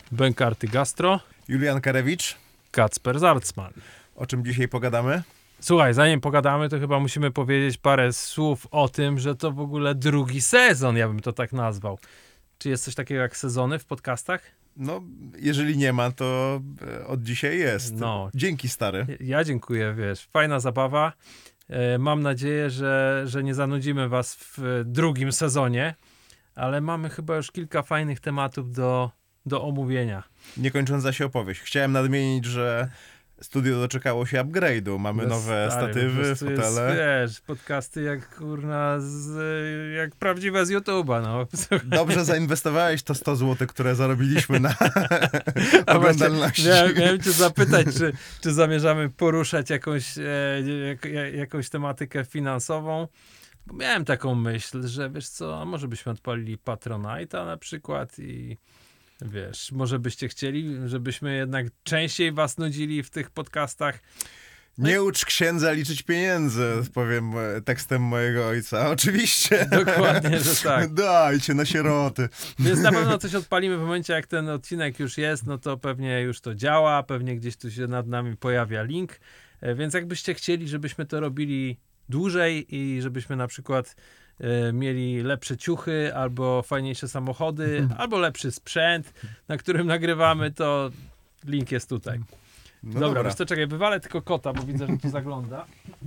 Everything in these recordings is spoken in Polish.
Bękarty Gastro, Julian Karewicz. Kacper Zarcman. O czym dzisiaj pogadamy? Słuchaj, zanim pogadamy, to chyba musimy powiedzieć parę słów o tym, że to w ogóle drugi sezon, ja bym to tak nazwał. Czy jest coś takiego jak sezony w podcastach? No, jeżeli nie ma, to od dzisiaj jest. No. Dzięki, stary. Ja dziękuję, wiesz, fajna zabawa. Mam nadzieję, że nie zanudzimy was w drugim sezonie, ale mamy chyba już kilka fajnych tematów do omówienia. Niekończąca się opowieść. Chciałem nadmienić, że studio doczekało się upgrade'u. Mamy nowe statywy, fotele. Wiesz, podcasty jak kurna, jak prawdziwe z YouTube'a, no. Dobrze zainwestowałeś to 100 zł, które zarobiliśmy na oglądalności. Miałem cię zapytać, czy zamierzamy poruszać jakąś tematykę finansową. Bo miałem taką myśl, że wiesz co, a może byśmy odpalili Patronite'a na przykład i wiesz, może byście chcieli, żebyśmy jednak częściej was nudzili w tych podcastach. Nie ucz księdza liczyć pieniędzy, powiem tekstem mojego ojca. Oczywiście. Dokładnie, że tak. Dajcie na sieroty. Więc na pewno coś odpalimy w momencie, jak ten odcinek już jest, no to pewnie już to działa, pewnie gdzieś tu się nad nami pojawia link. Więc jakbyście chcieli, żebyśmy to robili dłużej i żebyśmy na przykład mieli lepsze ciuchy, albo fajniejsze samochody, albo lepszy sprzęt, na którym nagrywamy, to link jest tutaj. No dobra, wiesz co, czekaj, wywalę tylko kota, bo widzę, że tu zagląda.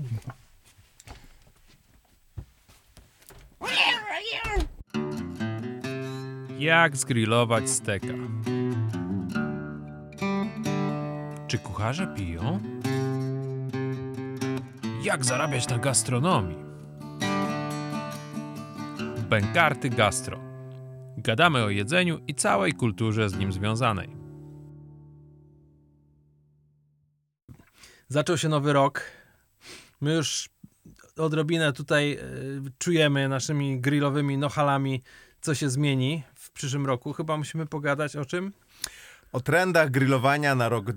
Jak zgrillować steka? Czy kucharze piją? Jak zarabiać na gastronomii? Bękarty Gastro. Gadamy o jedzeniu i całej kulturze z nim związanej. Zaczął się nowy rok. My już odrobinę tutaj czujemy naszymi grillowymi nochalami, co się zmieni w przyszłym roku. Chyba musimy pogadać o czym? O trendach grillowania na rok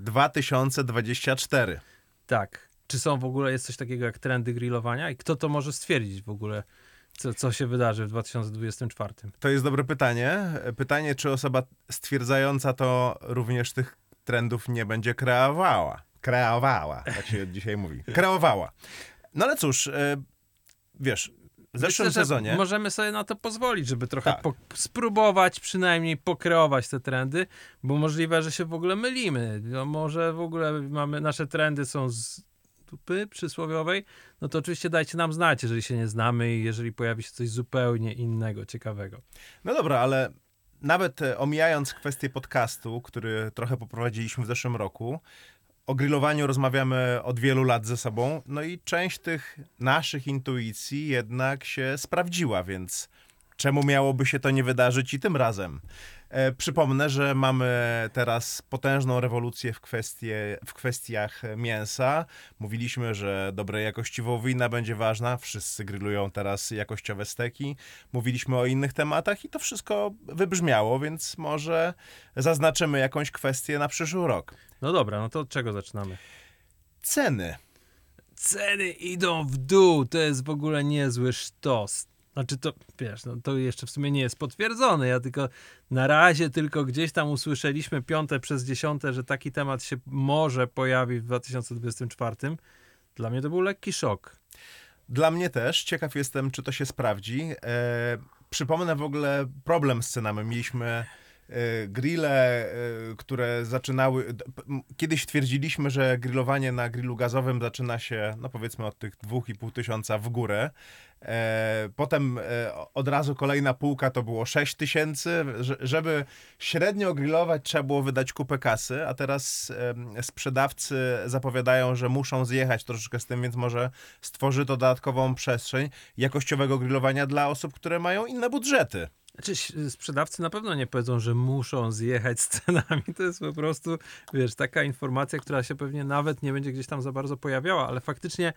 2024. Tak. Czy są w ogóle, jest coś takiego jak trendy grillowania? I kto to może stwierdzić w ogóle, co się wydarzy w 2024? To jest dobre pytanie. Pytanie, czy osoba stwierdzająca to również tych trendów nie będzie kreowała. Kreowała, tak się dzisiaj mówi. Kreowała. No ale cóż, wiesz, w zeszłym sezonie... Możemy sobie na to pozwolić, żeby trochę Tak. spróbować przynajmniej pokreować te trendy, bo możliwe, że się w ogóle mylimy. No może w ogóle nasze trendy są z dupy przysłowiowej, no to oczywiście dajcie nam znać, jeżeli się nie znamy i jeżeli pojawi się coś zupełnie innego, ciekawego. No dobra, ale nawet omijając kwestię podcastu, który trochę poprowadziliśmy w zeszłym roku, o grillowaniu rozmawiamy od wielu lat ze sobą, no i część tych naszych intuicji jednak się sprawdziła, więc czemu miałoby się to nie wydarzyć i tym razem? Przypomnę, że mamy teraz potężną rewolucję w kwestiach mięsa. Mówiliśmy, że dobrej jakości wołowina będzie ważna. Wszyscy grillują teraz jakościowe steki. Mówiliśmy o innych tematach i to wszystko wybrzmiało, więc może zaznaczymy jakąś kwestię na przyszły rok. No dobra, no to od czego zaczynamy? Ceny. Ceny idą w dół, to jest w ogóle niezły sztos. Znaczy to, wiesz, no to jeszcze w sumie nie jest potwierdzone, ja tylko na razie tylko gdzieś tam usłyszeliśmy 5 przez 10, że taki temat się może pojawi w 2024. Dla mnie to był lekki szok. Dla mnie też. Ciekaw jestem, czy to się sprawdzi. Przypomnę w ogóle problem z cenami. Mieliśmy grille, które zaczynały... Kiedyś twierdziliśmy, że grillowanie na grillu gazowym zaczyna się, no powiedzmy od tych 2,5 tysiąca w górę. Potem od razu kolejna półka to było 6 tysięcy. Żeby średnio grillować, trzeba było wydać kupę kasy, a teraz sprzedawcy zapowiadają, że muszą zjechać troszeczkę z tym, więc może stworzy to dodatkową przestrzeń jakościowego grillowania dla osób, które mają inne budżety. Znaczy, sprzedawcy na pewno nie powiedzą, że muszą zjechać z cenami. To jest po prostu, wiesz, taka informacja, która się pewnie nawet nie będzie gdzieś tam za bardzo pojawiała, ale faktycznie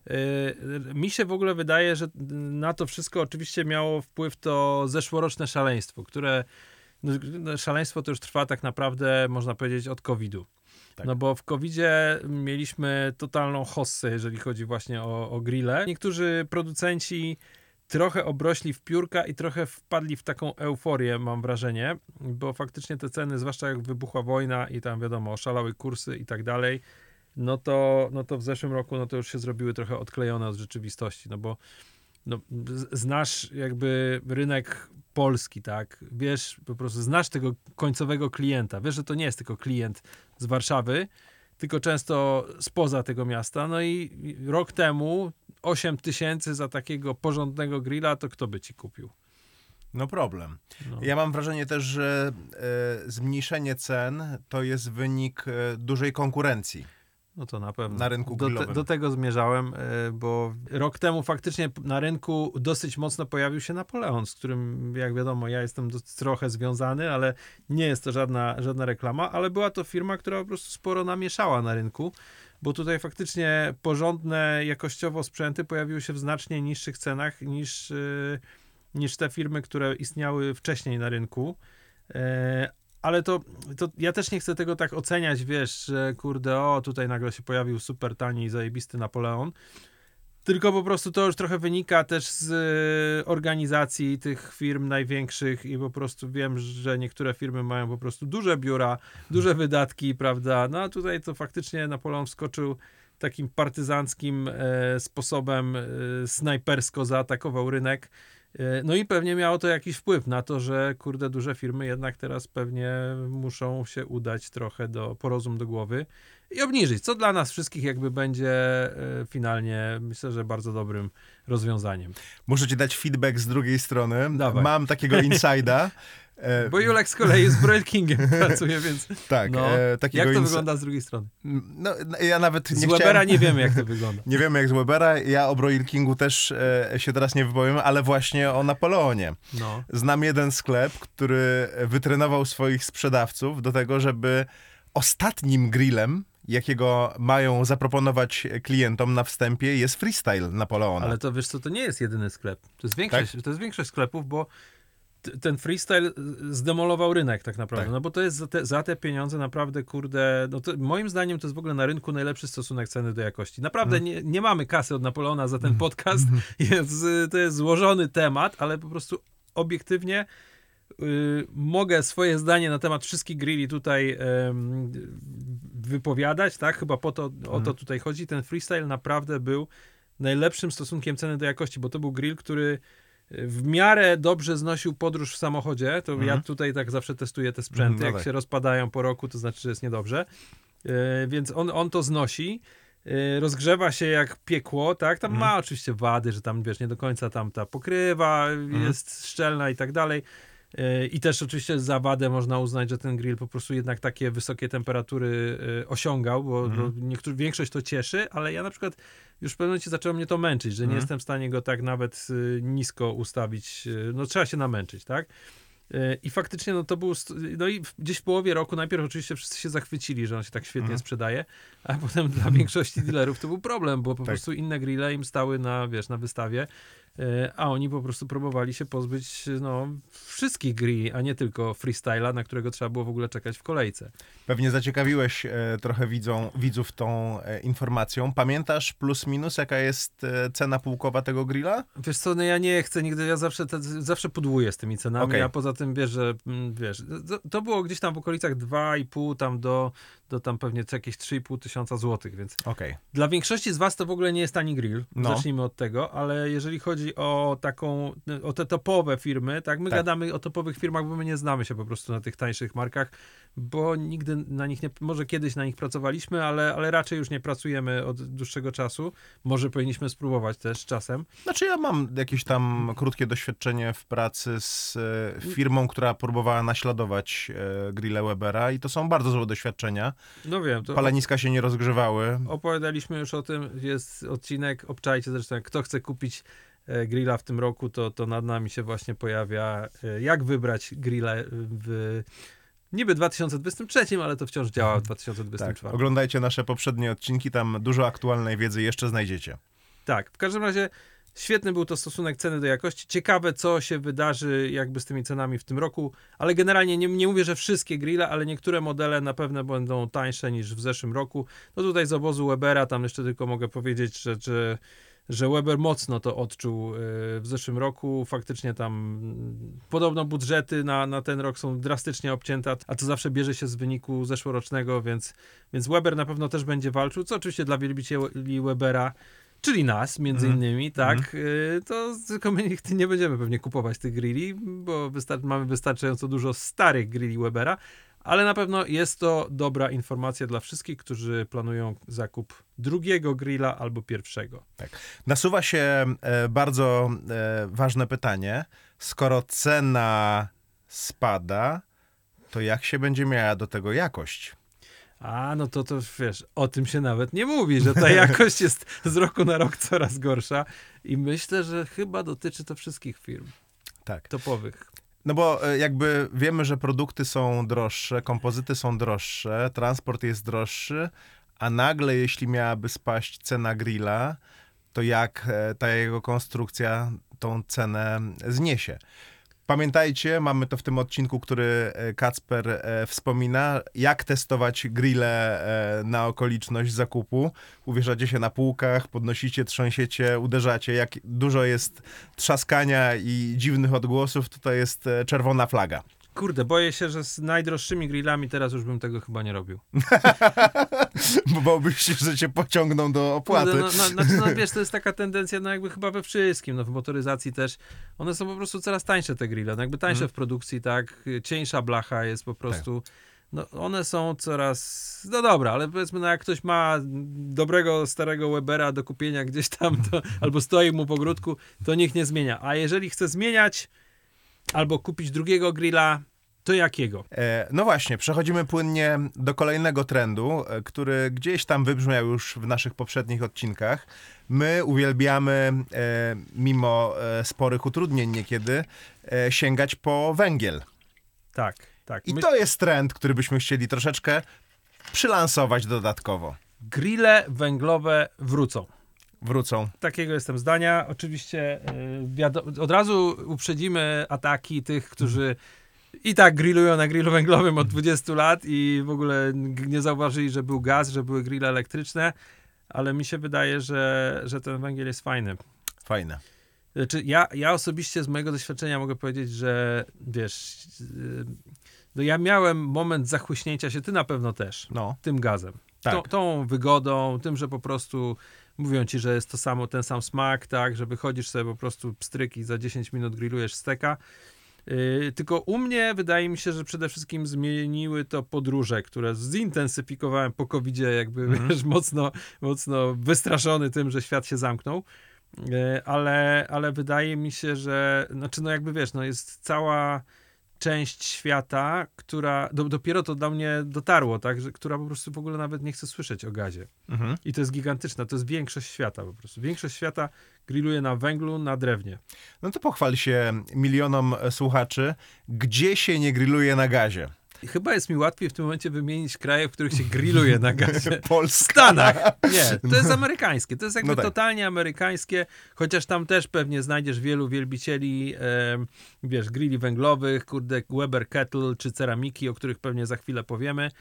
mi się w ogóle wydaje, że na to wszystko oczywiście miało wpływ to zeszłoroczne szaleństwo, które szaleństwo to już trwa tak naprawdę, można powiedzieć, od COVID-u. Tak. No bo w COVID-zie mieliśmy totalną hossę, jeżeli chodzi właśnie o grille. Niektórzy producenci trochę obrośli w piórka i trochę wpadli w taką euforię, mam wrażenie, bo faktycznie te ceny, zwłaszcza jak wybuchła wojna i tam wiadomo, oszalały kursy i tak dalej, no to w zeszłym roku no to już się zrobiły trochę odklejone od rzeczywistości, no bo no, znasz jakby rynek polski, tak? Wiesz, po prostu znasz tego końcowego klienta. Wiesz, że to nie jest tylko klient z Warszawy, tylko często spoza tego miasta. No i rok temu 8 000 za takiego porządnego grilla, to kto by ci kupił? No problem. No. Ja mam wrażenie też, że zmniejszenie cen to jest wynik dużej konkurencji. No to na pewno. Na rynku grillowym. Do tego zmierzałem, bo rok temu faktycznie na rynku dosyć mocno pojawił się Napoleon, z którym, jak wiadomo, ja jestem trochę związany, ale nie jest to żadna reklama, ale była to firma, która po prostu sporo namieszała na rynku, bo tutaj faktycznie porządne, jakościowo sprzęty pojawiły się w znacznie niższych cenach niż te firmy, które istniały wcześniej na rynku. Ale to ja też nie chcę tego tak oceniać, wiesz, że kurde, tutaj nagle się pojawił super tani i zajebisty Napoleon. Tylko po prostu to już trochę wynika też z organizacji tych firm największych i po prostu wiem, że niektóre firmy mają po prostu duże biura, duże wydatki, prawda? No a tutaj to faktycznie Napoleon wskoczył takim partyzanckim sposobem, snajpersko zaatakował rynek. No i pewnie miało to jakiś wpływ na to, że kurde, duże firmy jednak teraz pewnie muszą się udać trochę porozum do głowy i obniżyć, co dla nas wszystkich jakby będzie finalnie, myślę, że bardzo dobrym rozwiązaniem. Muszę ci dać feedback z drugiej strony. Dawaj. Mam takiego inside'a. Bo Julek z kolei z Broil Kingiem pracuje, więc Tak. no, Takiego jak to wygląda z drugiej strony? No, ja nawet Z nie Webera chciałem... nie wiemy, jak to wygląda. Nie wiemy jak z Webera. Ja o Broil Kingu też się teraz nie wypowiem, ale właśnie o Napoleonie. No. Znam jeden sklep, który wytrenował swoich sprzedawców do tego, żeby ostatnim grillem, jakiego mają zaproponować klientom na wstępie, jest freestyle Napoleona. Ale to wiesz co, to nie jest jedyny sklep. To jest większość sklepów, bo ten freestyle zdemolował rynek tak naprawdę, Tak. no bo to jest za te pieniądze naprawdę, kurde, no to moim zdaniem to jest w ogóle na rynku najlepszy stosunek ceny do jakości. Naprawdę nie mamy kasy od Napoleona za ten podcast, to jest złożony temat, ale po prostu obiektywnie mogę swoje zdanie na temat wszystkich grilli tutaj wypowiadać, tak? Chyba o to tutaj chodzi. Ten freestyle naprawdę był najlepszym stosunkiem ceny do jakości, bo to był grill, który w miarę dobrze znosił podróż w samochodzie, to ja tutaj tak zawsze testuję te sprzęty, jak się rozpadają po roku, to znaczy, że jest niedobrze, więc on to znosi, rozgrzewa się jak piekło, tak, tam ma oczywiście wady, że tam, wiesz, nie do końca tam ta pokrywa jest szczelna i tak dalej, i też oczywiście za wadę można uznać, że ten grill po prostu jednak takie wysokie temperatury osiągał, bo większość to cieszy, ale ja na przykład już w pewnym momencie zaczęło mnie to męczyć, że nie jestem w stanie go tak nawet nisko ustawić, no trzeba się namęczyć, tak? I faktycznie no to był, no i gdzieś w połowie roku najpierw oczywiście wszyscy się zachwycili, że on się tak świetnie sprzedaje, a potem dla większości dealerów to był problem, bo po prostu inne grille im stały na wystawie, a oni po prostu próbowali się pozbyć wszystkich grilli, a nie tylko freestyla, na którego trzeba było w ogóle czekać w kolejce. Pewnie zaciekawiłeś trochę widzów tą informacją. Pamiętasz plus minus, jaka jest cena półkowa tego grilla? Wiesz co, no ja nie chcę nigdy, ja zawsze pudłuję z tymi cenami, a poza tym wiesz, że to było gdzieś tam w okolicach 2,5 tam do tam pewnie jakieś 3,5 tysiąca złotych, więc dla większości z was to w ogóle nie jest tani grill, zacznijmy od tego, ale jeżeli chodzi o te topowe firmy, tak, my gadamy o topowych firmach, bo my nie znamy się po prostu na tych tańszych markach, bo nigdy na nich może kiedyś na nich pracowaliśmy, ale raczej już nie pracujemy od dłuższego czasu, może powinniśmy spróbować też czasem. Znaczy ja mam jakieś tam krótkie doświadczenie w pracy z firmą, która próbowała naśladować grille Webera i to są bardzo złe doświadczenia. No wiem. To paleniska się nie rozgrzewały. Opowiadaliśmy już o tym, jest odcinek, obczajcie zresztą, kto chce kupić grilla w tym roku, to nad nami się właśnie pojawia, jak wybrać grilla w niby 2023, ale to wciąż działa w 2024. Tak, oglądajcie nasze poprzednie odcinki, tam dużo aktualnej wiedzy jeszcze znajdziecie. Tak, w każdym razie świetny był to stosunek ceny do jakości. Ciekawe, co się wydarzy jakby z tymi cenami w tym roku, ale generalnie nie mówię, że wszystkie grille, ale niektóre modele na pewno będą tańsze niż w zeszłym roku. No tutaj z obozu Webera, tam jeszcze tylko mogę powiedzieć, że że Weber mocno to odczuł w zeszłym roku. Faktycznie tam podobno budżety na ten rok są drastycznie obcięte, a to zawsze bierze się z wyniku zeszłorocznego, więc Weber na pewno też będzie walczył, co oczywiście dla wielbicieli Webera, czyli nas między innymi, tak, to tylko my nie będziemy pewnie kupować tych grilli, bo mamy wystarczająco dużo starych grilli Webera, ale na pewno jest to dobra informacja dla wszystkich, którzy planują zakup drugiego grilla albo pierwszego. Tak. Nasuwa się bardzo ważne pytanie. Skoro cena spada, to jak się będzie miała do tego jakość? No to wiesz, o tym się nawet nie mówi, że ta jakość jest z roku na rok coraz gorsza i myślę, że chyba dotyczy to wszystkich firm topowych. No bo jakby wiemy, że produkty są droższe, kompozyty są droższe, transport jest droższy, a nagle jeśli miałaby spaść cena grilla, to jak ta jego konstrukcja tą cenę zniesie? Pamiętajcie, mamy to w tym odcinku, który Kacper wspomina, jak testować grille na okoliczność zakupu. Uwieszacie się na półkach, podnosicie, trząsiecie, uderzacie. Jak dużo jest trzaskania i dziwnych odgłosów, to jest czerwona flaga. Kurde, boję się, że z najdroższymi grillami teraz już bym tego chyba nie robił. Bo bałbyś się, że cię pociągną do opłaty. Kurde, wiesz, to jest taka tendencja, jakby chyba we wszystkim, w motoryzacji też. One są po prostu coraz tańsze, te grille. Jakby tańsze w produkcji, tak, cieńsza blacha jest po prostu... one są coraz... No dobra, ale powiedzmy, jak ktoś ma dobrego, starego Webera do kupienia gdzieś tam, albo stoi mu w ogródku, to niech nie zmienia. A jeżeli chce zmieniać, albo kupić drugiego grilla, to jakiego? No właśnie, przechodzimy płynnie do kolejnego trendu, który gdzieś tam wybrzmiał już w naszych poprzednich odcinkach. My uwielbiamy, mimo sporych utrudnień niekiedy, sięgać po węgiel. Tak. I to jest trend, który byśmy chcieli troszeczkę przylansować dodatkowo. Grille węglowe wrócą. Takiego jestem zdania. Oczywiście od razu uprzedzimy ataki tych, którzy i tak grillują na grillu węglowym od 20 lat i w ogóle nie zauważyli, że był gaz, że były grille elektryczne, ale mi się wydaje, że ten węgiel jest fajny. Fajne. Znaczy, ja osobiście z mojego doświadczenia mogę powiedzieć, że wiesz, ja miałem moment zachłyśnięcia się, ty na pewno też, tym gazem. Tak. Tą wygodą, tym, że po prostu mówią ci, że jest ten sam smak, tak, że wychodzisz sobie po prostu pstryk i za 10 minut grillujesz steka. Tylko u mnie wydaje mi się, że przede wszystkim zmieniły to podróże, które zintensyfikowałem po COVID-zie, jakby wiesz, mocno wystraszony tym, że świat się zamknął. Ale wydaje mi się, że jakby wiesz, jest cała część świata, która dopiero to do mnie dotarło, tak, że która po prostu w ogóle nawet nie chce słyszeć o gazie. I to jest gigantyczne, to jest większość świata po prostu. Większość świata grilluje na węglu, na drewnie. No to pochwal się milionom słuchaczy, gdzie się nie grilluje na gazie. Chyba jest mi łatwiej w tym momencie wymienić kraje, w których się grilluje na gazie. Polska. W Stanach. Nie, to jest amerykańskie. To jest jakby totalnie amerykańskie, chociaż tam też pewnie znajdziesz wielu wielbicieli, wiesz, grilli węglowych, kurde, Weber Kettle czy ceramiki, o których pewnie za chwilę powiemy.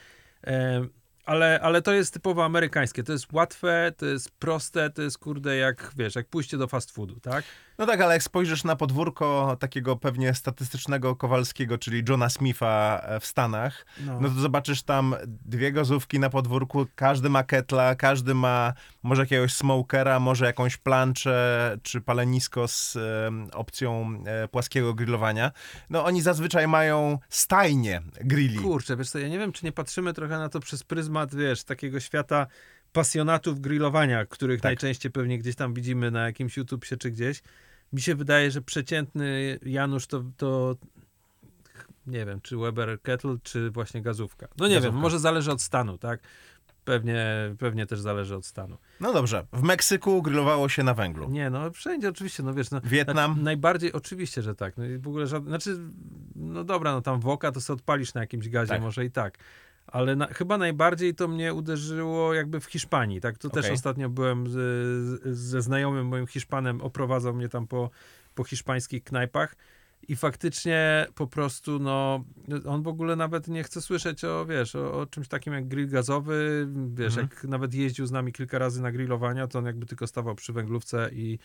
Ale to jest typowo amerykańskie. To jest łatwe, to jest proste, to jest kurde jak, wiesz, jak pójście do fast foodu, tak? No tak, ale jak spojrzysz na podwórko takiego pewnie statystycznego Kowalskiego, czyli Johna Smitha w Stanach, no to zobaczysz tam 2 gazówki na podwórku, każdy ma kettla, każdy ma może jakiegoś smokera, może jakąś planczę, czy palenisko z opcją płaskiego grillowania. No oni zazwyczaj mają stajnie grilli. Kurczę, wiesz co, ja nie wiem, czy nie patrzymy trochę na to przez pryzmat, wiesz, takiego świata pasjonatów grillowania, których najczęściej pewnie gdzieś tam widzimy na jakimś YouTubie czy gdzieś. Mi się wydaje, że przeciętny Janusz to nie wiem, czy Weber Kettle, czy właśnie gazówka. No nie wiem, może zależy od stanu, tak? Pewnie też zależy od stanu. No dobrze, w Meksyku grillowało się na węglu. Nie, wszędzie oczywiście, wiesz. Wietnam? Najbardziej, oczywiście, że tak. W ogóle dobra, tam woka to sobie odpalisz na jakimś gazie, może i tak. Ale chyba najbardziej to mnie uderzyło jakby w Hiszpanii, tak? To też ostatnio byłem ze znajomym moim Hiszpanem, oprowadzał mnie tam po hiszpańskich knajpach i faktycznie po prostu, no, on w ogóle nawet nie chce słyszeć o, wiesz, o czymś takim jak grill gazowy, wiesz, jak nawet jeździł z nami kilka razy na grillowania, to on jakby tylko stawał przy węglówce i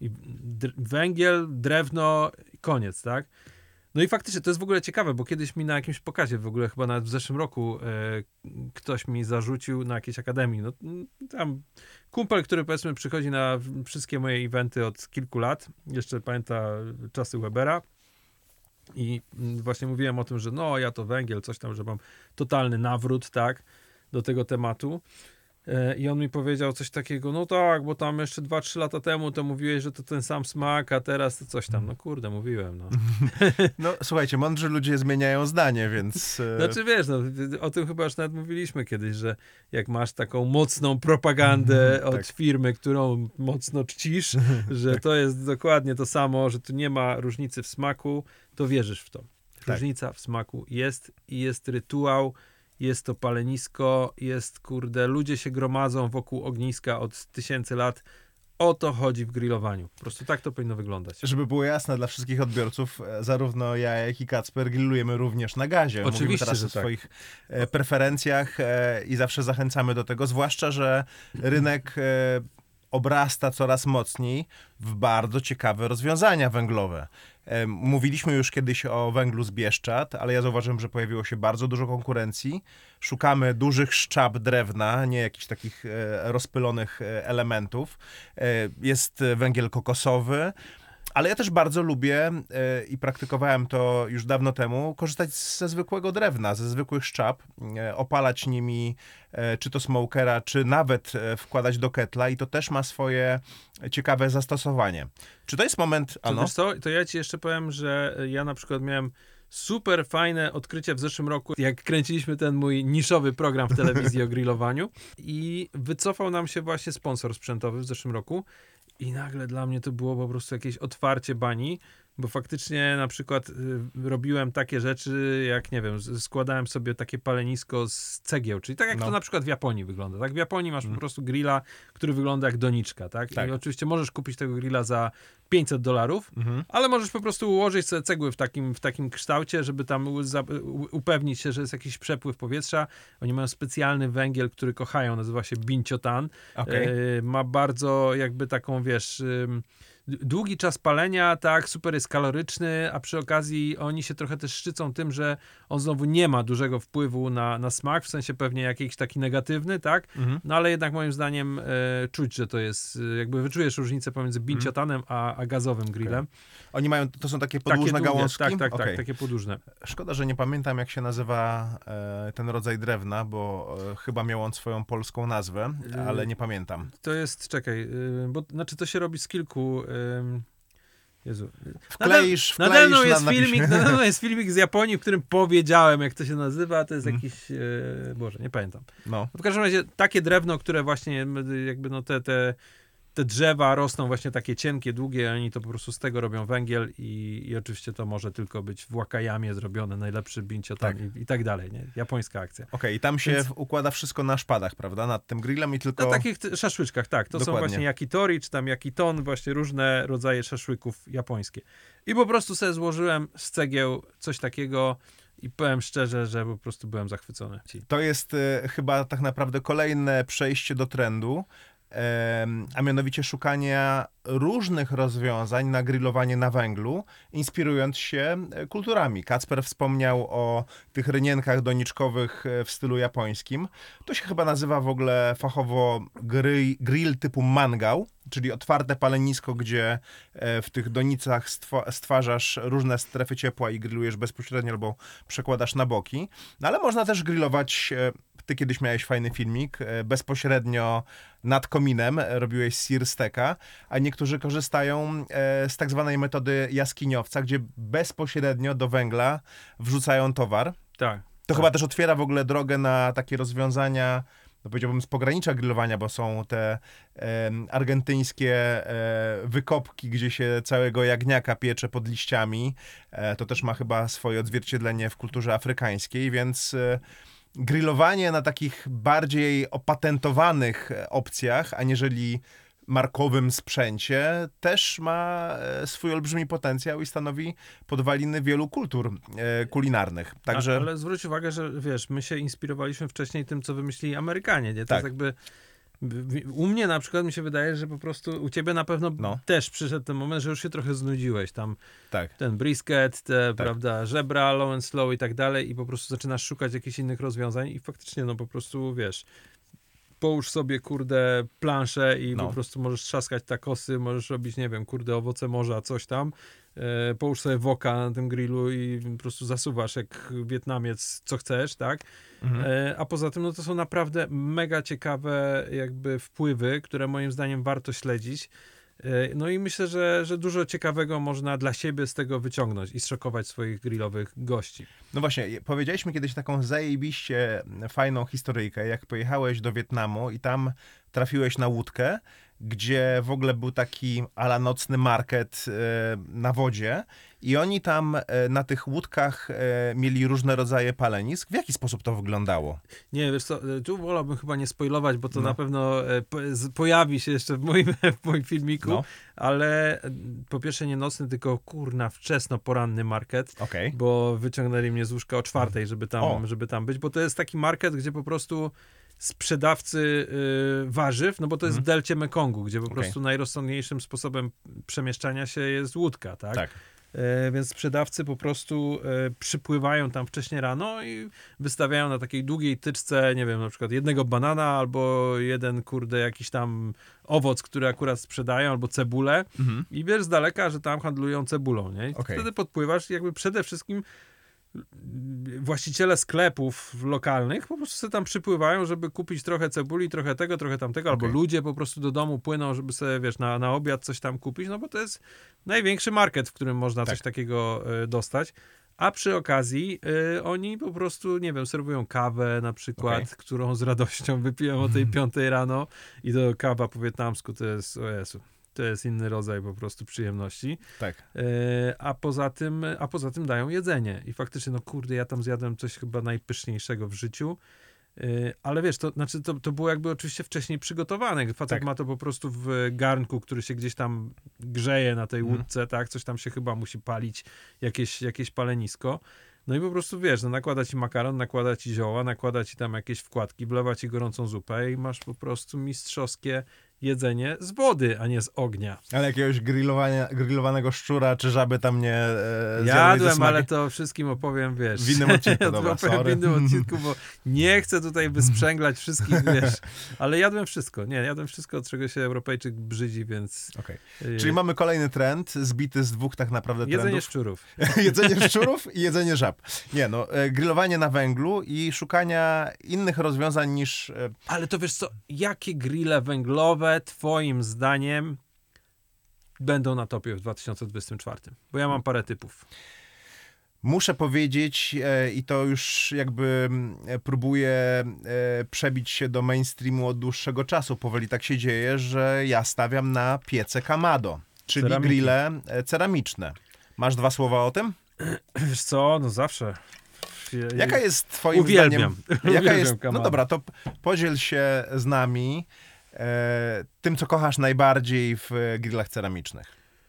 węgiel, drewno i koniec, tak? No i faktycznie to jest w ogóle ciekawe, bo kiedyś mi na jakimś pokazie, w ogóle chyba nawet w zeszłym roku, ktoś mi zarzucił na jakiejś akademii, no tam kumpel, który powiedzmy przychodzi na wszystkie moje eventy od kilku lat, jeszcze pamięta czasy Webera i właśnie mówiłem o tym, że no ja to węgiel, coś tam, że mam totalny nawrót, tak, do tego tematu. I on mi powiedział coś takiego, no tak, bo tam jeszcze 2-3 lata temu to mówiłeś, że to ten sam smak, a teraz to coś tam. No kurde, mówiłem, no. No słuchajcie, mądrzy ludzie zmieniają zdanie, więc... Znaczy wiesz, no, o tym chyba już nawet mówiliśmy kiedyś, że jak masz taką mocną propagandę od firmy, którą mocno czcisz, że to jest dokładnie to samo, że tu nie ma różnicy w smaku, to wierzysz w to. Różnica w smaku jest i jest rytuał, jest to palenisko, jest, kurde, ludzie się gromadzą wokół ogniska od 1000 lat. O to chodzi w grillowaniu. Po prostu tak to powinno wyglądać. Żeby było jasne dla wszystkich odbiorców, zarówno ja, jak i Kacper grillujemy również na gazie. Oczywiście, Mówimy teraz że o swoich preferencjach i zawsze zachęcamy do tego, zwłaszcza, że rynek obrasta coraz mocniej w bardzo ciekawe rozwiązania węglowe. Mówiliśmy już kiedyś o węglu z Bieszczad, ale ja zauważyłem, że pojawiło się bardzo dużo konkurencji. Szukamy dużych szczap drewna, nie jakichś takich rozpylonych elementów. Jest węgiel kokosowy, ale ja też bardzo lubię i praktykowałem to już dawno temu, korzystać ze zwykłego drewna, ze zwykłych szczap, opalać nimi czy to smokera, czy nawet wkładać do ketla i to też ma swoje ciekawe zastosowanie. Czy to jest moment... Wiesz co, to ja ci jeszcze powiem, że ja na przykład miałem super fajne odkrycie w zeszłym roku, jak kręciliśmy ten mój niszowy program w telewizji o grillowaniu i wycofał nam się właśnie sponsor sprzętowy w zeszłym roku. I nagle dla mnie to było po prostu jakieś otwarcie bani, bo faktycznie na przykład robiłem takie rzeczy, jak nie wiem, składałem sobie takie palenisko z cegieł, czyli tak jak to na przykład w Japonii wygląda. Tak, w Japonii masz po prostu grilla, który wygląda jak doniczka, tak? I oczywiście możesz kupić tego grilla za $500, ale możesz po prostu ułożyć sobie cegły w takim kształcie, żeby tam upewnić się, że jest jakiś przepływ powietrza. Oni mają specjalny węgiel, który kochają, nazywa się binciotan. Ma bardzo jakby taką, wiesz, długi czas palenia, tak, super jest kaloryczny, a przy okazji oni się trochę też szczycą tym, że on znowu nie ma dużego wpływu na smak, w sensie pewnie jakiś taki negatywny, tak, no ale jednak moim zdaniem czuć, że to jest, jakby wyczujesz różnicę pomiędzy binciotanem a gazowym grillem. Oni mają, to są takie podłużne gałązki? Tak, takie podłużne. Szkoda, że nie pamiętam, jak się nazywa ten rodzaj drewna, bo chyba miał on swoją polską nazwę, ale nie pamiętam. To jest, czekaj, bo znaczy to się robi z kilku... Jezu. Nade mną jest filmik z Japonii, w którym powiedziałem, jak to się nazywa, to jest jakiś, Boże, nie pamiętam. No. W każdym razie takie drewno, które właśnie jakby no te drzewa rosną właśnie takie cienkie, długie, oni to po prostu z tego robią węgiel i oczywiście to może tylko być w Wakayamie zrobione, najlepszy binciotan i tak dalej, nie? Japońska akcja. Okej, i tam się układa wszystko na szpadach, prawda? Nad tym grillem i tylko... Na takich szaszłyczkach, tak. To Dokładnie. Są właśnie yakitori, czy tam yakiton, właśnie różne rodzaje szaszłyków japońskie. I po prostu sobie złożyłem z cegieł coś takiego i powiem szczerze, że po prostu byłem zachwycony. To jest chyba tak naprawdę kolejne przejście do trendu, a mianowicie szukania różnych rozwiązań na grillowanie na węglu, inspirując się kulturami. Kacper wspomniał o tych rynienkach doniczkowych w stylu japońskim. To się chyba nazywa w ogóle fachowo grill typu mangał, czyli otwarte palenisko, gdzie w tych donicach stwarzasz różne strefy ciepła i grillujesz bezpośrednio albo przekładasz na boki. No ale można też grillować, ty kiedyś miałeś fajny filmik, bezpośrednio nad kominem, robiłeś sear steaka, a niektórzy korzystają z tak zwanej metody jaskiniowca, gdzie bezpośrednio do węgla wrzucają towar. Tak. To chyba też otwiera w ogóle drogę na takie rozwiązania, no powiedziałbym, z pogranicza grillowania, bo są te argentyńskie wykopki, gdzie się całego jagniaka piecze pod liściami. To też ma chyba swoje odzwierciedlenie w kulturze afrykańskiej, więc grillowanie na takich bardziej opatentowanych opcjach, aniżeli markowym sprzęcie też ma swój olbrzymi potencjał i stanowi podwaliny wielu kultur kulinarnych. Także... Ale zwróć uwagę, że wiesz, my się inspirowaliśmy wcześniej tym, co wymyślili Amerykanie, nie? To Tak. jest jakby... U mnie na przykład mi się wydaje, że po prostu u ciebie na pewno też przyszedł ten moment, że już się trochę znudziłeś. Tam Tak. ten brisket, prawda, żebra, low and slow i tak dalej i po prostu zaczynasz szukać jakichś innych rozwiązań i faktycznie, no po prostu, wiesz, połóż sobie, kurde, planszę i po prostu możesz trzaskać takosy, możesz robić, nie wiem, kurde, owoce morza, coś tam. Połóż sobie woka na tym grillu i po prostu zasuwasz jak Wietnamiec, co chcesz, tak? A poza tym, no to są naprawdę mega ciekawe jakby wpływy, które moim zdaniem warto śledzić. No i myślę, że dużo ciekawego można dla siebie z tego wyciągnąć i zszokować swoich grillowych gości. No właśnie, powiedzieliśmy kiedyś taką zajebiście fajną historyjkę, jak pojechałeś do Wietnamu i tam trafiłeś na łódkę, gdzie w ogóle był taki ala nocny market na wodzie i oni tam na tych łódkach mieli różne rodzaje palenisk. W jaki sposób to wyglądało? Nie, wiesz co, tu wolałbym chyba nie spoilować, bo to na pewno pojawi się jeszcze w moim filmiku, ale po pierwsze nie nocny, tylko kurna wczesno poranny market, bo wyciągnęli mnie z łóżka o 4:00, żeby tam być, bo to jest taki market, gdzie po prostu sprzedawcy warzyw, no bo to jest w delcie Mekongu, gdzie po prostu najrozsądniejszym sposobem przemieszczania się jest łódka, tak? Więc sprzedawcy po prostu przypływają tam wcześnie rano i wystawiają na takiej długiej tyczce, nie wiem, na przykład jednego banana albo jeden, kurde, jakiś tam owoc, który akurat sprzedają, albo cebulę i wiesz z daleka, że tam handlują cebulą, nie? I wtedy podpływasz i jakby przede wszystkim właściciele sklepów lokalnych po prostu sobie tam przypływają, żeby kupić trochę cebuli, trochę tego, trochę tamtego, albo ludzie po prostu do domu płyną, żeby sobie, wiesz, na obiad coś tam kupić, no bo to jest największy market, w którym można coś takiego dostać. A przy okazji oni po prostu, nie wiem, serwują kawę na przykład, którą z radością wypiją o tej 5:00 rano i to kawa po wietnamsku to jest, o Jezu, to jest inny rodzaj po prostu przyjemności. A poza tym dają jedzenie. I faktycznie, no kurde, ja tam zjadłem coś chyba najpyszniejszego w życiu. Ale wiesz, to było jakby oczywiście wcześniej przygotowane. Facet ma to po prostu w garnku, który się gdzieś tam grzeje na tej łódce, tak? Coś tam się chyba musi palić, jakieś palenisko. No i po prostu wiesz, no nakłada ci makaron, nakłada ci zioła, nakłada ci tam jakieś wkładki, wlewa ci gorącą zupę i masz po prostu mistrzowskie jedzenie z wody, a nie z ognia. Ale jakiegoś grillowanego szczura czy żaby tam nie jadłem, ale to wszystkim opowiem, wiesz. W innym odcinku, dobra, w innym odcinku, bo nie chcę tutaj wysprzęglać wszystkich, wiesz. Ale jadłem wszystko. Nie, jadłem wszystko, od czego się Europejczyk brzydzi, więc... Czyli mamy kolejny trend, zbity z dwóch tak naprawdę trendów. Jedzenie szczurów. Jedzenie szczurów i jedzenie żab. Nie, no, grillowanie na węglu i szukania innych rozwiązań niż... Ale to wiesz co, jakie grille węglowe twoim zdaniem będą na topie w 2024? Bo ja mam parę typów. Muszę powiedzieć, i to już jakby próbuję przebić się do mainstreamu od dłuższego czasu. Powoli tak się dzieje, że ja stawiam na piece Kamado, czyli grille ceramiczne. Masz 2 słowa o tym? Wiesz co, no zawsze. Jaka jest twoim Uwielbiam. zdaniem... Jaka jest, no dobra, to podziel się z nami tym, co kochasz najbardziej w grillach ceramicznych.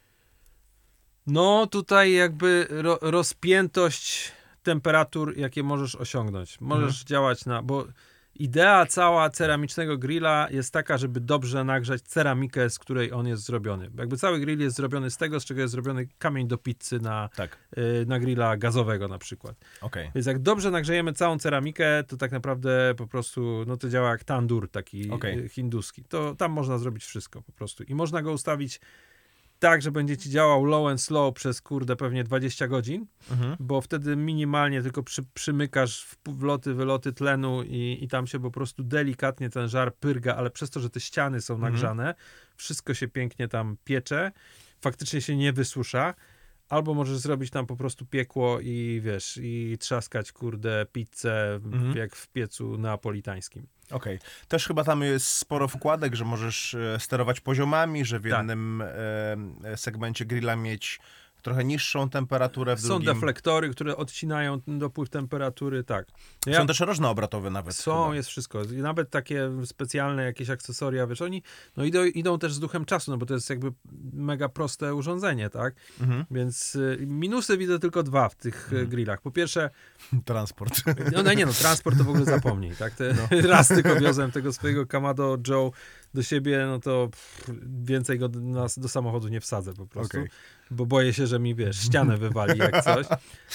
No tutaj jakby rozpiętość temperatur, jakie możesz osiągnąć. Możesz działać bo idea cała ceramicznego grilla jest taka, żeby dobrze nagrzać ceramikę, z której on jest zrobiony. Jakby cały grill jest zrobiony z tego, z czego jest zrobiony kamień do pizzy na grilla gazowego na przykład. Więc jak dobrze nagrzejemy całą ceramikę, to tak naprawdę po prostu, no to działa jak tandur taki hinduski. To tam można zrobić wszystko po prostu. I można go ustawić tak, że będzie ci działał low and slow przez pewnie 20 godzin, bo wtedy minimalnie tylko przymykasz wloty, wyloty tlenu i tam się po prostu delikatnie ten żar pyrga, ale przez to, że te ściany są nagrzane, wszystko się pięknie tam piecze, faktycznie się nie wysusza. Albo możesz zrobić tam po prostu piekło i wiesz, i trzaskać pizzę jak w piecu neapolitańskim. Też chyba tam jest sporo wkładek, że możesz sterować poziomami, że w jednym segmencie grilla mieć trochę niższą temperaturę, w Są drugim... deflektory, które odcinają ten dopływ temperatury, tak. Są też różnoobrotowe nawet. Są, chyba. jest wszystko. I nawet takie specjalne jakieś akcesoria, wiesz, oni idą też z duchem czasu, no bo to jest jakby mega proste urządzenie, tak? Więc minusy widzę tylko dwa w tych grillach. Po pierwsze, Transport. transport to w ogóle zapomnij, tak? Raz tylko wiozłem tego swojego Kamado Joe do siebie, no to więcej go do samochodu nie wsadzę po prostu, bo boję się, że mi, wiesz, ścianę wywali jak coś.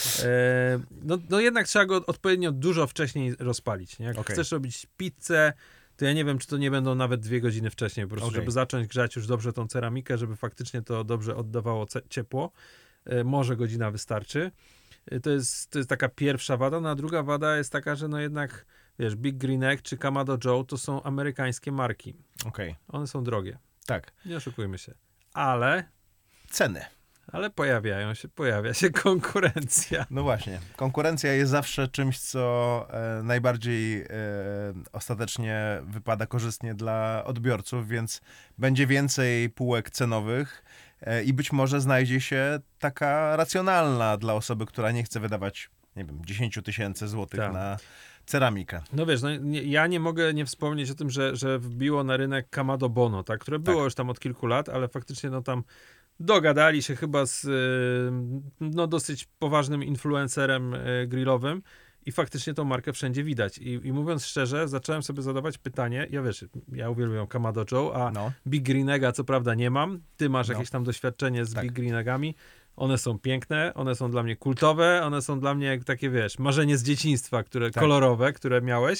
No jednak trzeba go odpowiednio dużo wcześniej rozpalić, nie? Jak chcesz robić pizzę, to ja nie wiem, czy to nie będą nawet 2 godziny wcześniej, po prostu, żeby zacząć grzać już dobrze tą ceramikę, żeby faktycznie to dobrze oddawało ciepło. Może godzina wystarczy. To jest taka pierwsza wada, no a druga wada jest taka, że no jednak, wiesz, Big Green Egg czy Kamado Joe to są amerykańskie marki. One są drogie. Tak. Nie oszukujmy się. Ale Ceny. pojawia się konkurencja. No właśnie. Konkurencja jest zawsze czymś, co najbardziej ostatecznie wypada korzystnie dla odbiorców, więc będzie więcej półek cenowych i być może znajdzie się taka racjonalna dla osoby, która nie chce wydawać, nie wiem, 10 000 złotych na ceramikę. No wiesz, ja nie mogę nie wspomnieć o tym, że wbiło na rynek Kamado Bono, tak, które było już tam od kilku lat, ale faktycznie no tam dogadali się chyba z dosyć poważnym influencerem grillowym i faktycznie tą markę wszędzie widać. I mówiąc szczerze, zacząłem sobie zadawać pytanie, ja uwielbiam Kamado Joe, a Big Green Egga co prawda nie mam, ty masz jakieś tam doświadczenie z Big Green Eggami, one są piękne, one są dla mnie kultowe, one są dla mnie takie, wiesz, marzenie z dzieciństwa, kolorowe, które miałeś,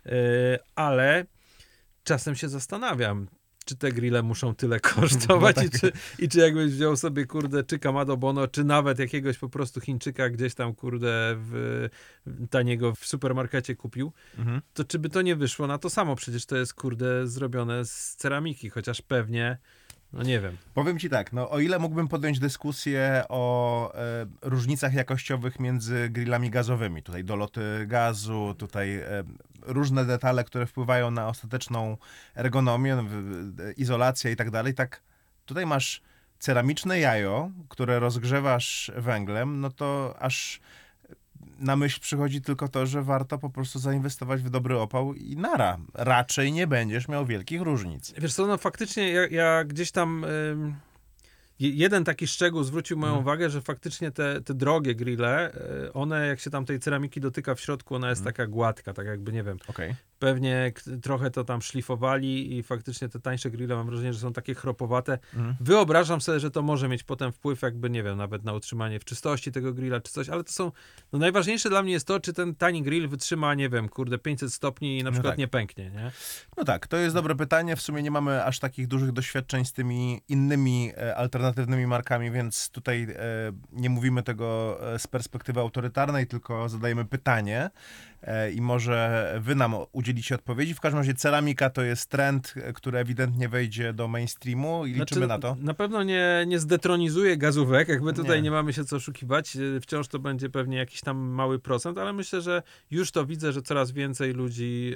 ale czasem się zastanawiam, czy te grille muszą tyle kosztować i czy jakbyś wziął sobie, kurde, czy Kamado Bono, czy nawet jakiegoś po prostu Chińczyka gdzieś tam, kurde, taniego w supermarkecie kupił, to czy by to nie wyszło na to samo? Przecież to jest, kurde, zrobione z ceramiki, chociaż pewnie, no nie wiem. Powiem ci tak, no o ile mógłbym podjąć dyskusję o różnicach jakościowych między grillami gazowymi, tutaj doloty gazu, tutaj różne detale, które wpływają na ostateczną ergonomię, izolację i tak dalej, tak tutaj masz ceramiczne jajo, które rozgrzewasz węglem, no to aż na myśl przychodzi tylko to, że warto po prostu zainwestować w dobry opał i raczej nie będziesz miał wielkich różnic. Wiesz co, no faktycznie ja gdzieś tam... Jeden taki szczegół zwrócił moją uwagę, że faktycznie te drogie grille, one jak się tam tej ceramiki dotyka w środku, ona jest taka gładka, tak jakby, nie wiem, pewnie trochę to tam szlifowali i faktycznie te tańsze grille mam wrażenie, że są takie chropowate. Wyobrażam sobie, że to może mieć potem wpływ jakby, nie wiem, nawet na utrzymanie w czystości tego grilla czy coś, ale to są, no najważniejsze dla mnie jest to, czy ten tani grill wytrzyma, nie wiem, kurde, 500 stopni i na przykład nie pęknie, nie? No tak, to jest dobre pytanie. W sumie nie mamy aż takich dużych doświadczeń z tymi innymi alternatywnymi markami, więc tutaj nie mówimy tego z perspektywy autorytarnej, tylko zadajemy pytanie i może wy nam udzielicie odpowiedzi. W każdym razie ceramika to jest trend, który ewidentnie wejdzie do mainstreamu i liczymy na to. Na pewno nie zdetronizuje gazówek, jakby tutaj nie mamy się co oszukiwać. Wciąż to będzie pewnie jakiś tam mały procent, ale myślę, że już to widzę, że coraz więcej ludzi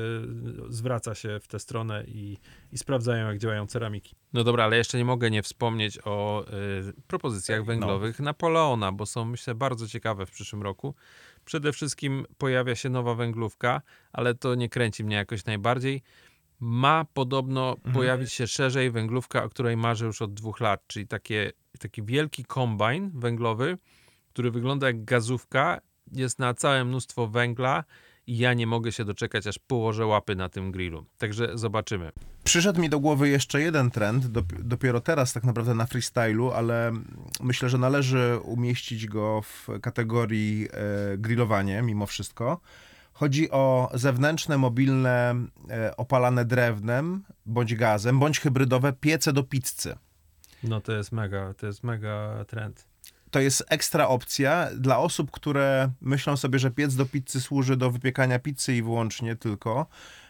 zwraca się w tę stronę i sprawdzają, jak działają ceramiki. No dobra, ale jeszcze nie mogę nie wspomnieć o propozycjach węglowych Napoleona, bo są, myślę, bardzo ciekawe w przyszłym roku. Przede wszystkim pojawia się nowa węglówka, ale to nie kręci mnie jakoś najbardziej. Ma podobno pojawić się szerzej węglówka, o której marzę już od 2 lat, czyli taki wielki kombajn węglowy, który wygląda jak gazówka, jest na całe mnóstwo węgla i ja nie mogę się doczekać, aż położę łapy na tym grillu. Także zobaczymy. Przyszedł mi do głowy jeszcze jeden trend, dopiero teraz tak naprawdę na freestylu, ale myślę, że należy umieścić go w kategorii grillowanie mimo wszystko. Chodzi o zewnętrzne, mobilne, opalane drewnem, bądź gazem, bądź hybrydowe piece do pizzy. No to jest mega trend. To jest ekstra opcja dla osób, które myślą sobie, że piec do pizzy służy do wypiekania pizzy i wyłącznie tylko.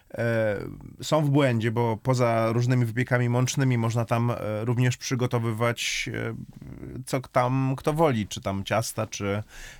Są w błędzie, bo poza różnymi wypiekami mącznymi można tam również przygotowywać co tam kto woli, czy tam ciasta, czy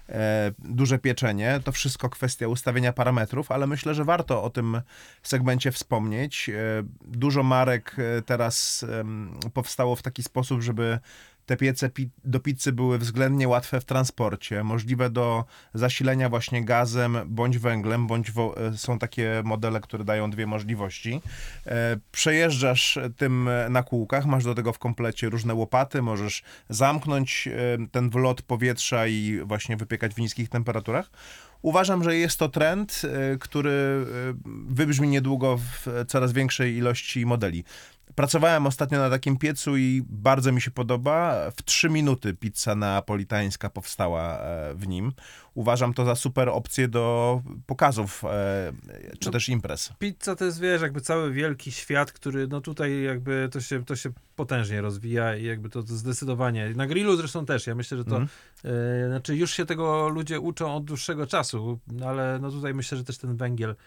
duże pieczenie. To wszystko kwestia ustawienia parametrów, ale myślę, że warto o tym segmencie wspomnieć. Dużo marek teraz powstało w taki sposób, żeby te piece do pizzy były względnie łatwe w transporcie, możliwe do zasilenia właśnie gazem bądź węglem, są takie modele, które dają dwie możliwości. Przejeżdżasz tym na kółkach, masz do tego w komplecie różne łopaty, możesz zamknąć ten wlot powietrza i właśnie wypiekać w niskich temperaturach. Uważam, że jest to trend, który wybrzmi niedługo w coraz większej ilości modeli. Pracowałem ostatnio na takim piecu i bardzo mi się podoba. W 3 minuty pizza neapolitańska powstała w nim. Uważam to za super opcję do pokazów czy też imprez. Pizza to jest, wiesz, jakby cały wielki świat, który no tutaj jakby to się potężnie rozwija i jakby to zdecydowanie. Na grillu zresztą też. Ja myślę, że to znaczy już się tego ludzie uczą od dłuższego czasu, ale no tutaj myślę, że też ten węgiel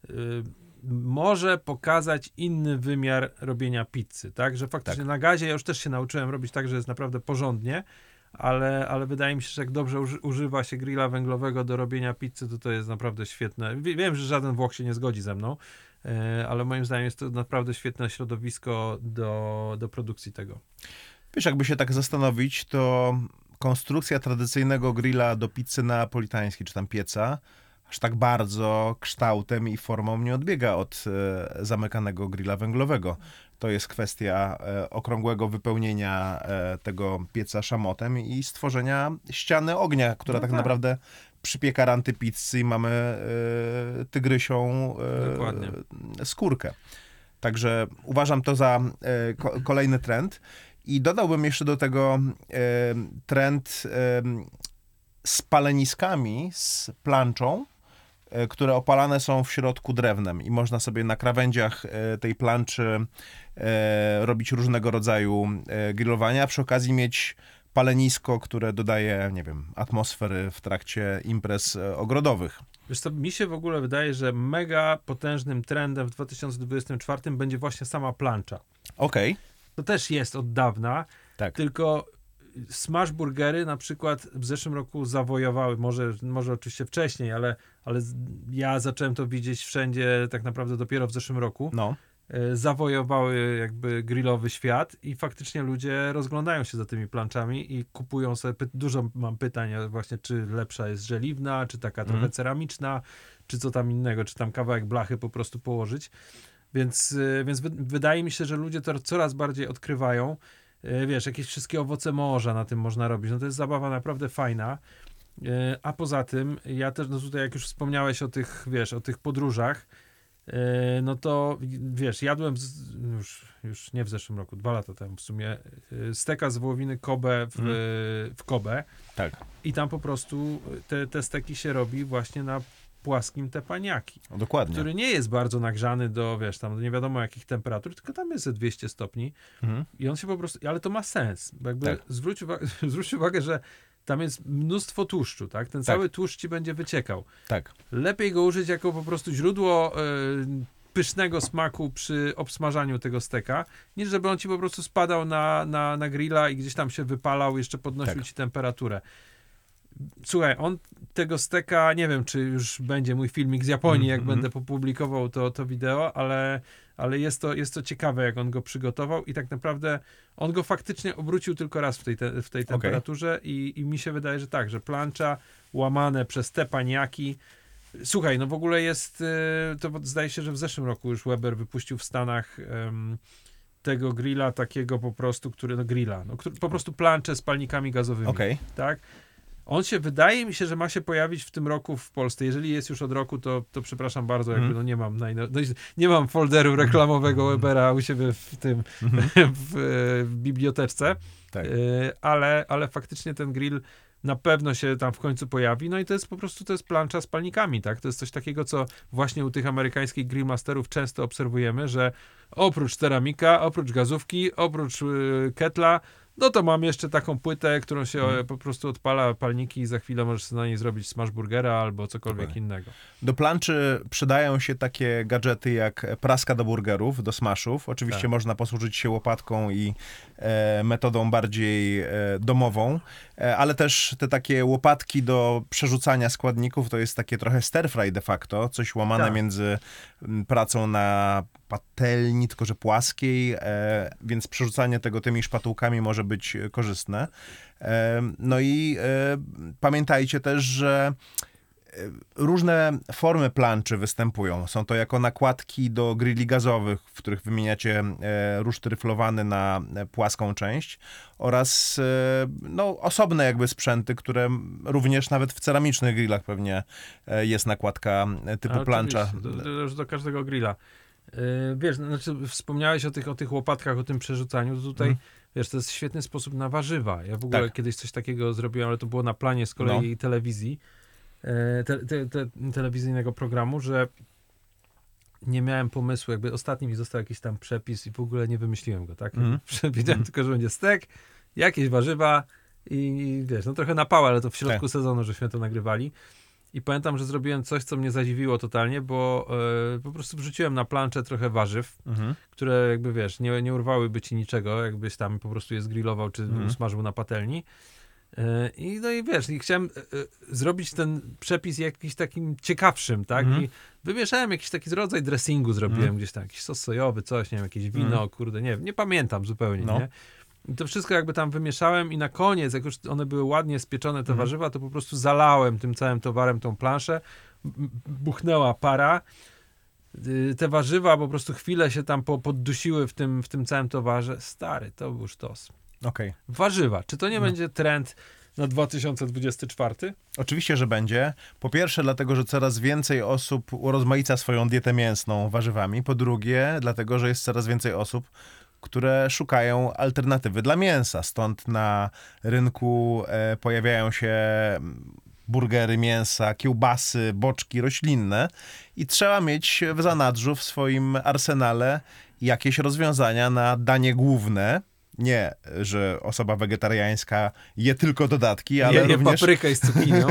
może pokazać inny wymiar robienia pizzy, tak? Że faktycznie na gazie ja już też się nauczyłem robić tak, że jest naprawdę porządnie, ale wydaje mi się, że jak dobrze używa się grilla węglowego do robienia pizzy, to jest naprawdę świetne. Wiem, że żaden Włoch się nie zgodzi ze mną, ale moim zdaniem jest to naprawdę świetne środowisko do produkcji tego. Wiesz, jakby się tak zastanowić, to konstrukcja tradycyjnego grilla do pizzy neapolitańskiej, czy tam pieca, aż tak bardzo kształtem i formą nie odbiega od zamykanego grilla węglowego. To jest kwestia okrągłego wypełnienia tego pieca szamotem i stworzenia ściany ognia, która tak naprawdę przypieka ranty pizzy i mamy tygrysią skórkę. Także uważam to za kolejny trend. I dodałbym jeszcze do tego trend z paleniskami, z planczą, które opalane są w środku drewnem i można sobie na krawędziach tej planczy robić różnego rodzaju grillowania, a przy okazji mieć palenisko, które dodaje, nie wiem, atmosfery w trakcie imprez ogrodowych. Wiesz co, mi się w ogóle wydaje, że mega potężnym trendem w 2024 będzie właśnie sama plancza. Okej. To też jest od dawna, Tak. tylko smash burgery na przykład w zeszłym roku zawojowały, może oczywiście wcześniej, ale ja zacząłem to widzieć wszędzie tak naprawdę dopiero w zeszłym roku. No. Zawojowały jakby grillowy świat i faktycznie ludzie rozglądają się za tymi planczami i kupują sobie, dużo mam pytań właśnie, czy lepsza jest żeliwna, czy taka trochę ceramiczna, czy co tam innego, czy tam kawałek blachy po prostu położyć. Więc wydaje mi się, że ludzie to coraz bardziej odkrywają. Wiesz, jakieś wszystkie owoce morza na tym można robić. No to jest zabawa naprawdę fajna. A poza tym, ja też, no tutaj jak już wspomniałeś o tych, wiesz, o tych podróżach, no to, wiesz, jadłem już nie w zeszłym roku, 2 lata temu w sumie, steka z wołowiny Kobe w Kobe. Tak. I tam po prostu te steki się robi właśnie na płaskim teppanyaki. No, dokładnie. Który nie jest bardzo nagrzany do, wiesz, tam nie wiadomo jakich temperatur, tylko tam jest 200 stopni i on się po prostu, ale to ma sens, bo jakby zwróć uwagę, że tam jest mnóstwo tłuszczu, tak? Ten cały tłuszcz ci będzie wyciekał. Tak. Lepiej go użyć jako po prostu źródło pysznego smaku przy obsmażaniu tego steka, niż żeby on ci po prostu spadał na grilla i gdzieś tam się wypalał, jeszcze podnosił ci temperaturę. Słuchaj, on tego steka, nie wiem, czy już będzie mój filmik z Japonii, jak będę publikował to wideo, ale jest to ciekawe, jak on go przygotował i tak naprawdę on go faktycznie obrócił tylko raz w tej temperaturze i mi się wydaje, że tak, że plancza łamane przez teppanyaki. Słuchaj, no w ogóle jest, to zdaje się, że w zeszłym roku już Weber wypuścił w Stanach tego grilla takiego po prostu, po prostu plancze z palnikami gazowymi. Tak? On się, wydaje mi się, że ma się pojawić w tym roku w Polsce. Jeżeli jest już od roku, to przepraszam bardzo, jakby no nie mam folderu reklamowego Webera u siebie w tym, w biblioteczce, ale faktycznie ten grill na pewno się tam w końcu pojawi. No i to jest po prostu, to jest plancza z palnikami, tak? To jest coś takiego, co właśnie u tych amerykańskich grillmasterów często obserwujemy, że oprócz ceramika, oprócz gazówki, oprócz ketla, no to mam jeszcze taką płytę, którą się po prostu odpala palniki i za chwilę możesz sobie na niej zrobić smash burgera albo cokolwiek innego. Do planczy przydają się takie gadżety jak praska do burgerów, do smashów. Oczywiście można posłużyć się łopatką i metodą bardziej domową, ale też te takie łopatki do przerzucania składników to jest takie trochę stir fry de facto, coś łamane między pracą na patelni, tylko że płaskiej, więc przerzucanie tego tymi szpatułkami może być korzystne. No i pamiętajcie też, że różne formy planczy występują. Są to jako nakładki do grilli gazowych, w których wymieniacie ruszt ryflowany na płaską część oraz osobne jakby sprzęty, które również nawet w ceramicznych grillach pewnie jest nakładka typu plancza. Do każdego grilla. Wiesz, znaczy wspomniałeś o tych łopatkach, o tym przerzucaniu, to tutaj wiesz, to jest świetny sposób na warzywa. Ja w ogóle kiedyś coś takiego zrobiłem, ale to było na planie z kolei telewizji. Telewizyjnego programu, że nie miałem pomysłu, jakby ostatni mi został jakiś tam przepis i w ogóle nie wymyśliłem go, tak? Wiedziałem tylko, że będzie stek, jakieś warzywa i wiesz, no trochę napał, ale to w środku sezonu, żeśmy to nagrywali. I pamiętam, że zrobiłem coś, co mnie zadziwiło totalnie, bo po prostu wrzuciłem na planczę trochę warzyw, które jakby, wiesz, nie urwałyby ci niczego, jakbyś tam po prostu je zgrillował czy usmażył na patelni. No i wiesz, i chciałem zrobić ten przepis jakiś takim ciekawszym, tak? I wymieszałem jakiś taki rodzaj dressingu, zrobiłem gdzieś tam jakiś sos sojowy, coś, nie wiem, jakieś wino, kurde, nie pamiętam zupełnie, nie? I to wszystko jakby tam wymieszałem i na koniec, jak już one były ładnie spieczone, te warzywa, to po prostu zalałem tym całym towarem tą planszę, buchnęła para, te warzywa po prostu chwilę się tam poddusiły w tym całym towarze. Stary, to był sztos. Okej. Warzywa. Czy to nie będzie trend na 2024? Oczywiście, że będzie. Po pierwsze, dlatego, że coraz więcej osób urozmaica swoją dietę mięsną warzywami. Po drugie, dlatego, że jest coraz więcej osób, które szukają alternatywy dla mięsa. Stąd na rynku pojawiają się burgery mięsa, kiełbasy, boczki roślinne i trzeba mieć w zanadrzu w swoim arsenale jakieś rozwiązania na danie główne. Nie, że osoba wegetariańska je tylko dodatki, ale również... paprykę z cukinią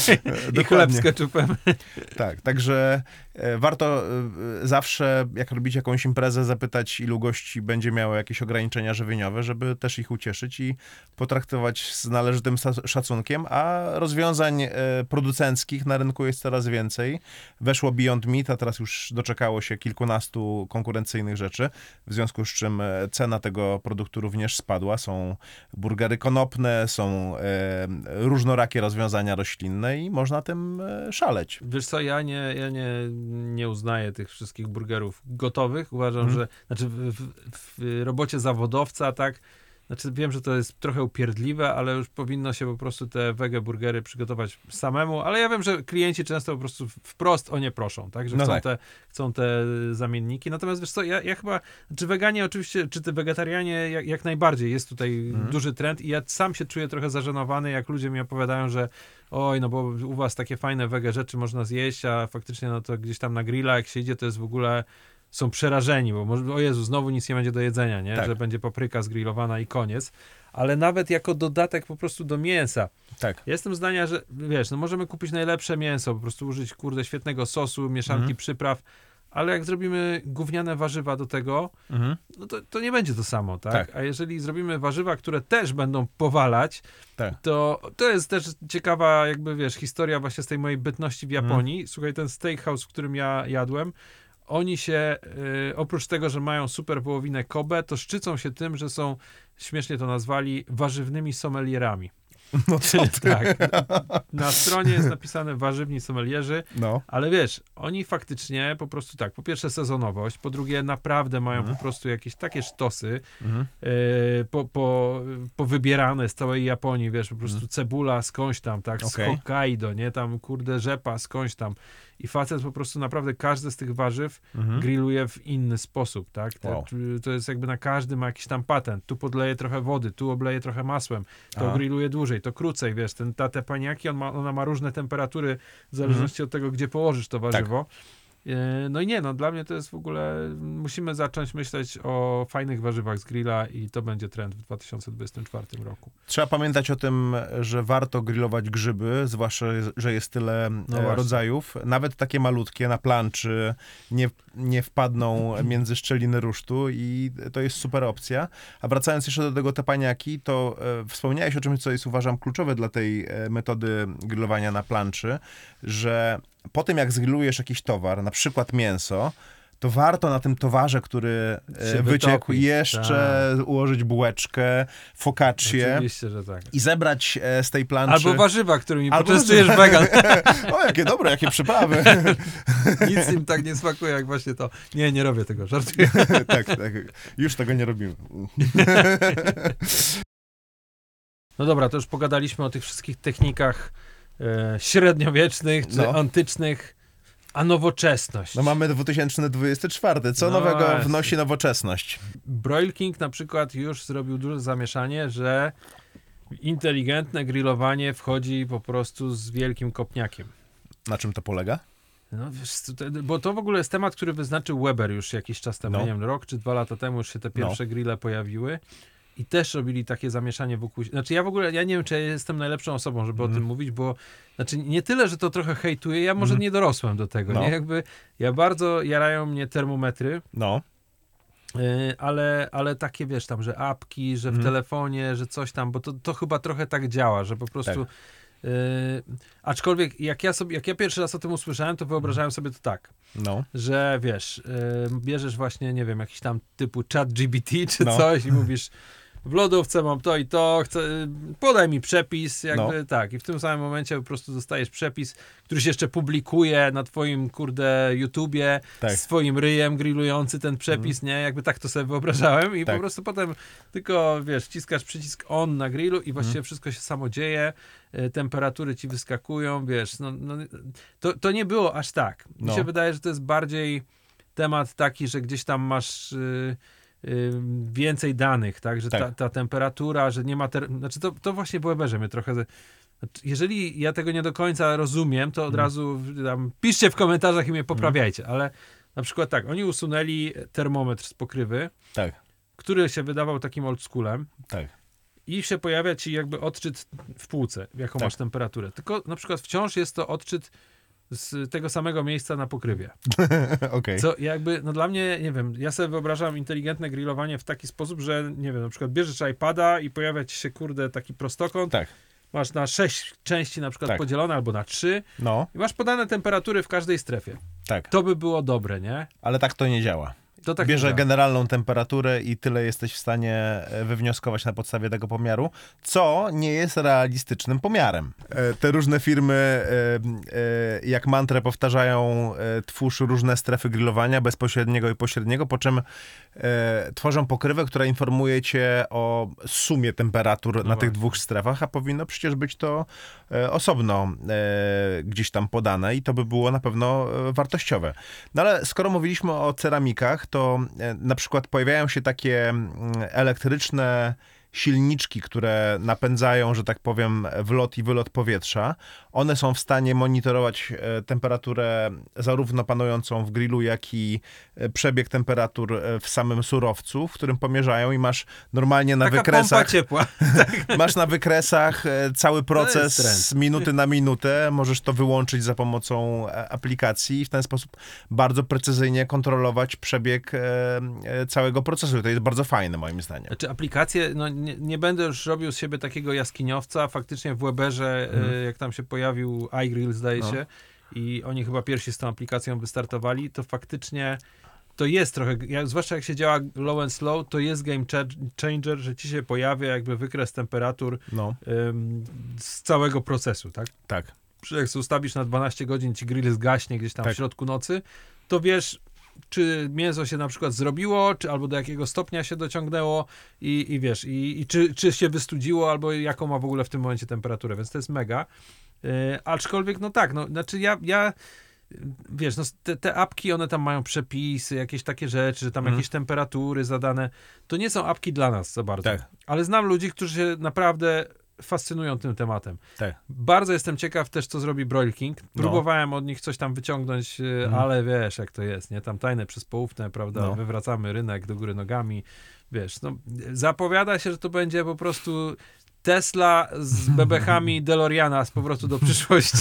i chleb z keczupem. Tak, także warto zawsze, jak robić jakąś imprezę, zapytać, ilu gości będzie miało jakieś ograniczenia żywieniowe, żeby też ich ucieszyć i potraktować z należytym szacunkiem, a rozwiązań producenckich na rynku jest coraz więcej. Weszło Beyond Meat, a teraz już doczekało się kilkunastu konkurencyjnych rzeczy, w związku z czym cena tego produktu również spadła. Są burgery konopne, są różnorakie rozwiązania roślinne i można tym szaleć. Wiesz co, ja nie uznaję tych wszystkich burgerów gotowych. Uważam, że znaczy w robocie zawodowca, tak, znaczy wiem, że to jest trochę upierdliwe, ale już powinno się po prostu te wege burgery przygotować samemu, ale ja wiem, że klienci często po prostu wprost o nie proszą, tak, że chcą te zamienniki. Natomiast wiesz co, ja chyba, czy weganie oczywiście, czy te wegetarianie jak najbardziej jest tutaj duży trend i ja sam się czuję trochę zażenowany, jak ludzie mi opowiadają, że oj, no bo u was takie fajne wege rzeczy można zjeść, a faktycznie no to gdzieś tam na grilla, jak się idzie, to jest w ogóle są przerażeni, bo może, o Jezu, znowu nic nie będzie do jedzenia, nie? Tak. Że będzie papryka zgrillowana i koniec. Ale nawet jako dodatek po prostu do mięsa. Tak. Jestem zdania, że wiesz, no możemy kupić najlepsze mięso, po prostu użyć, kurde, świetnego sosu, mieszanki przypraw, ale jak zrobimy gówniane warzywa do tego, no to nie będzie to samo, tak? A jeżeli zrobimy warzywa, które też będą powalać, to jest też ciekawa jakby, wiesz, historia właśnie z tej mojej bytności w Japonii. Słuchaj, ten steakhouse, w którym ja jadłem, oni się, oprócz tego, że mają super wołowinę Kobe, to szczycą się tym, że są, śmiesznie to nazwali, warzywnymi sommelierami. No co ty? Tak. Na stronie jest napisane warzywni sommelierzy, ale wiesz, oni faktycznie po prostu tak, po pierwsze sezonowość, po drugie naprawdę mają po prostu jakieś takie sztosy powybierane z całej Japonii, wiesz, po prostu cebula skądś tam, tak, z Hokkaido, nie, tam kurde rzepa skądś tam. I facet po prostu naprawdę każde z tych warzyw grilluje w inny sposób, tak? To jest jakby na każdy ma jakiś tam patent. Tu podleje trochę wody, tu obleje trochę masłem, to grilluje dłużej, to krócej, wiesz, te paniaki, ona ma różne temperatury w zależności od tego, gdzie położysz to warzywo. No i nie, no dla mnie to jest w ogóle, musimy zacząć myśleć o fajnych warzywach z grilla i to będzie trend w 2024 roku. Trzeba pamiętać o tym, że warto grillować grzyby, zwłaszcza, że jest tyle rodzajów. Nawet takie malutkie na planczy nie wpadną między szczeliny rusztu i to jest super opcja. A wracając jeszcze do tego tepaniaki, to wspomniałeś o czymś, co jest uważam kluczowe dla tej metody grillowania na planczy, że po tym jak zgrillujesz jakiś towar, na przykład mięso, to warto na tym towarze, który Się wyciekł, wytopi. jeszcze ułożyć bułeczkę, focaccię Oczywiście, że tak. i zebrać z tej planszy... Albo warzywa, którymi Albo poczęstujesz wegan. O, jakie dobre, jakie przyprawy. Nic im tak nie smakuje, jak właśnie to. Nie robię tego, żartuję. Tak, już tego nie robimy. No dobra, to już pogadaliśmy o tych wszystkich technikach średniowiecznych czy No. antycznych, a nowoczesność. No mamy 2024. Co No nowego właśnie. wnosi nowoczesność? Broil King na przykład już zrobił duże zamieszanie, że inteligentne grillowanie wchodzi po prostu z wielkim kopniakiem. Na czym to polega? No, wiesz, bo to w ogóle jest temat, który wyznaczył Weber już jakiś czas temu, No. nie wiem, rok czy 2 lata temu już się te pierwsze grille pojawiły i też robili takie zamieszanie wokół... Znaczy ja nie wiem, czy ja jestem najlepszą osobą, żeby o tym mówić, bo znaczy nie tyle, że to trochę hejtuję, ja może nie dorosłem do tego, No. nie? Jakby bardzo jarają mnie termometry, No, ale takie, wiesz, tam, że apki, że w telefonie, że coś tam, bo to chyba trochę tak działa, że po prostu... aczkolwiek jak ja pierwszy raz o tym usłyszałem, to wyobrażałem sobie to tak, no, że wiesz, bierzesz właśnie, nie wiem, jakiś tam typu ChatGPT czy No. coś i mówisz, w lodówce mam to i to, podaj mi przepis, jakby tak. I w tym samym momencie po prostu dostajesz przepis, który się jeszcze publikuje na twoim, YouTubie, Tak. z twoim ryjem grillujący ten przepis, nie? Jakby tak to sobie wyobrażałem i Tak. po prostu potem tylko, wiesz, wciskasz przycisk on na grillu i właściwie wszystko się samo dzieje, temperatury ci wyskakują, wiesz, to nie było aż tak. Mi No. się wydaje, że to jest bardziej temat taki, że gdzieś tam masz... więcej danych, tak, że Tak. ta temperatura, że nie ma, znaczy to właśnie w Weberze mnie trochę, znaczy, jeżeli ja tego nie do końca rozumiem, to od razu tam piszcie w komentarzach i mnie poprawiajcie, ale na przykład tak, oni usunęli termometr z pokrywy, tak, który się wydawał takim oldschoolem tak. i się pojawia ci jakby odczyt w półce, jaką Tak. masz temperaturę, tylko na przykład wciąż jest to odczyt z tego samego miejsca na pokrywie. Okej. Co jakby, no dla mnie, nie wiem, ja sobie wyobrażam inteligentne grillowanie w taki sposób, że, nie wiem, na przykład bierzesz iPada i pojawia ci się, taki prostokąt, Tak, masz na 6 części na przykład Tak. podzielone, albo na 3 no, i masz podane temperatury w każdej strefie. tak. To by było dobre, nie? Ale tak to nie działa. To tak Bierze nie działa. generalną temperaturę i tyle jesteś w stanie wywnioskować na podstawie tego pomiaru, co nie jest realistycznym pomiarem. Te różne firmy jak mantrę powtarzają, twórz różne strefy grillowania, bezpośredniego i pośredniego, po czym tworzą pokrywę, która informuje cię o sumie temperatur na tych właśnie. dwóch strefach, a powinno przecież być to osobno gdzieś tam podane i to by było na pewno wartościowe. No ale skoro mówiliśmy o ceramikach, to na przykład pojawiają się takie elektryczne silniczki, które napędzają, że tak powiem, wlot i wylot powietrza. One są w stanie monitorować temperaturę zarówno panującą w grillu, jak i przebieg temperatur w samym surowcu, w którym pomierzają i masz normalnie na Taka wykresach... pompa ciepła. Masz na wykresach cały proces trend. z minuty na minutę. Możesz to wyłączyć za pomocą aplikacji i w ten sposób bardzo precyzyjnie kontrolować przebieg całego procesu. To jest bardzo fajne moim zdaniem. Znaczy aplikacje, no nie będę już robił z siebie takiego jaskiniowca, faktycznie w Weberze, jak tam się pojawił iGrill, zdaje się, i oni chyba pierwsi z tą aplikacją wystartowali, to faktycznie to jest trochę, zwłaszcza jak się działa low and slow, to jest game changer, że ci się pojawia jakby wykres temperatur No, z całego procesu, tak? tak. Jak sobie ustawisz na 12 godzin, ci grill zgaśnie gdzieś tam Tak. w środku nocy, to wiesz, czy mięso się na przykład zrobiło, czy albo do jakiego stopnia się dociągnęło i wiesz, i czy się wystudziło, albo jaką ma w ogóle w tym momencie temperaturę, więc to jest mega. Aczkolwiek, no tak, no, znaczy ja wiesz, no te apki, one tam mają przepisy, jakieś takie rzeczy, że tam jakieś temperatury zadane. To nie są apki dla nas za bardzo. Tak. Ale znam ludzi, którzy się naprawdę fascynują tym tematem. Tak. Bardzo jestem ciekaw też, co zrobi Broil King. Próbowałem od nich coś tam wyciągnąć, ale wiesz, jak to jest, nie? Tam tajne przez poufne, prawda? No. Wywracamy rynek do góry nogami. Wiesz, no, zapowiada się, że to będzie po prostu Tesla z bebechami DeLoreana z powrotu do przyszłości.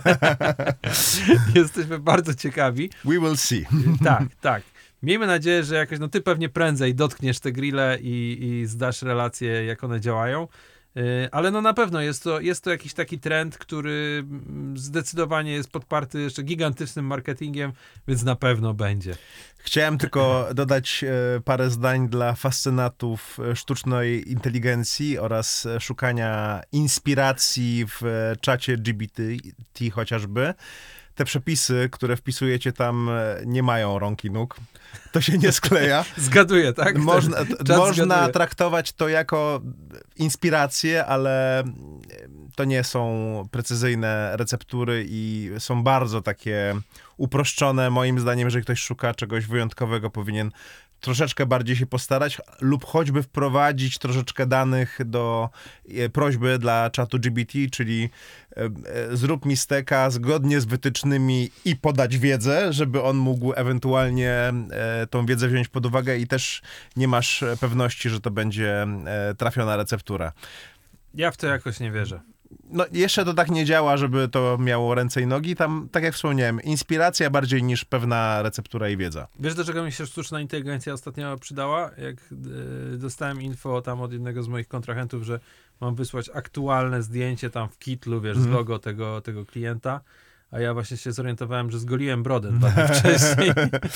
Jesteśmy bardzo ciekawi. We will see. Tak. Miejmy nadzieję, że jakoś, no ty pewnie prędzej dotkniesz te grille i zdasz relacje, jak one działają. Ale no na pewno jest to jakiś taki trend, który zdecydowanie jest podparty jeszcze gigantycznym marketingiem, więc na pewno będzie. Chciałem tylko dodać parę zdań dla fascynatów sztucznej inteligencji oraz szukania inspiracji w czacie GPT chociażby. Te przepisy, które wpisujecie tam, nie mają rąk i nóg. To się nie skleja. Zgaduję, tak? Można traktować to jako inspirację, ale to nie są precyzyjne receptury i są bardzo takie uproszczone. Moim zdaniem, jeżeli ktoś szuka czegoś wyjątkowego, powinien troszeczkę bardziej się postarać lub choćby wprowadzić troszeczkę danych do prośby dla czatu GPT, czyli zrób mi steka zgodnie z wytycznymi i podać wiedzę, żeby on mógł ewentualnie tą wiedzę wziąć pod uwagę i też nie masz pewności, że to będzie trafiona receptura. Ja w to jakoś nie wierzę. No, jeszcze to tak nie działa, żeby to miało ręce i nogi. Tam, tak jak wspomniałem, inspiracja bardziej niż pewna receptura i wiedza. Wiesz, do czego mi się sztuczna inteligencja ostatnio przydała? Jak dostałem info tam od jednego z moich kontrahentów, że mam wysłać aktualne zdjęcie tam w kitlu, wiesz, z logo tego klienta, a ja właśnie się zorientowałem, że zgoliłem brodę 2 dni wcześniej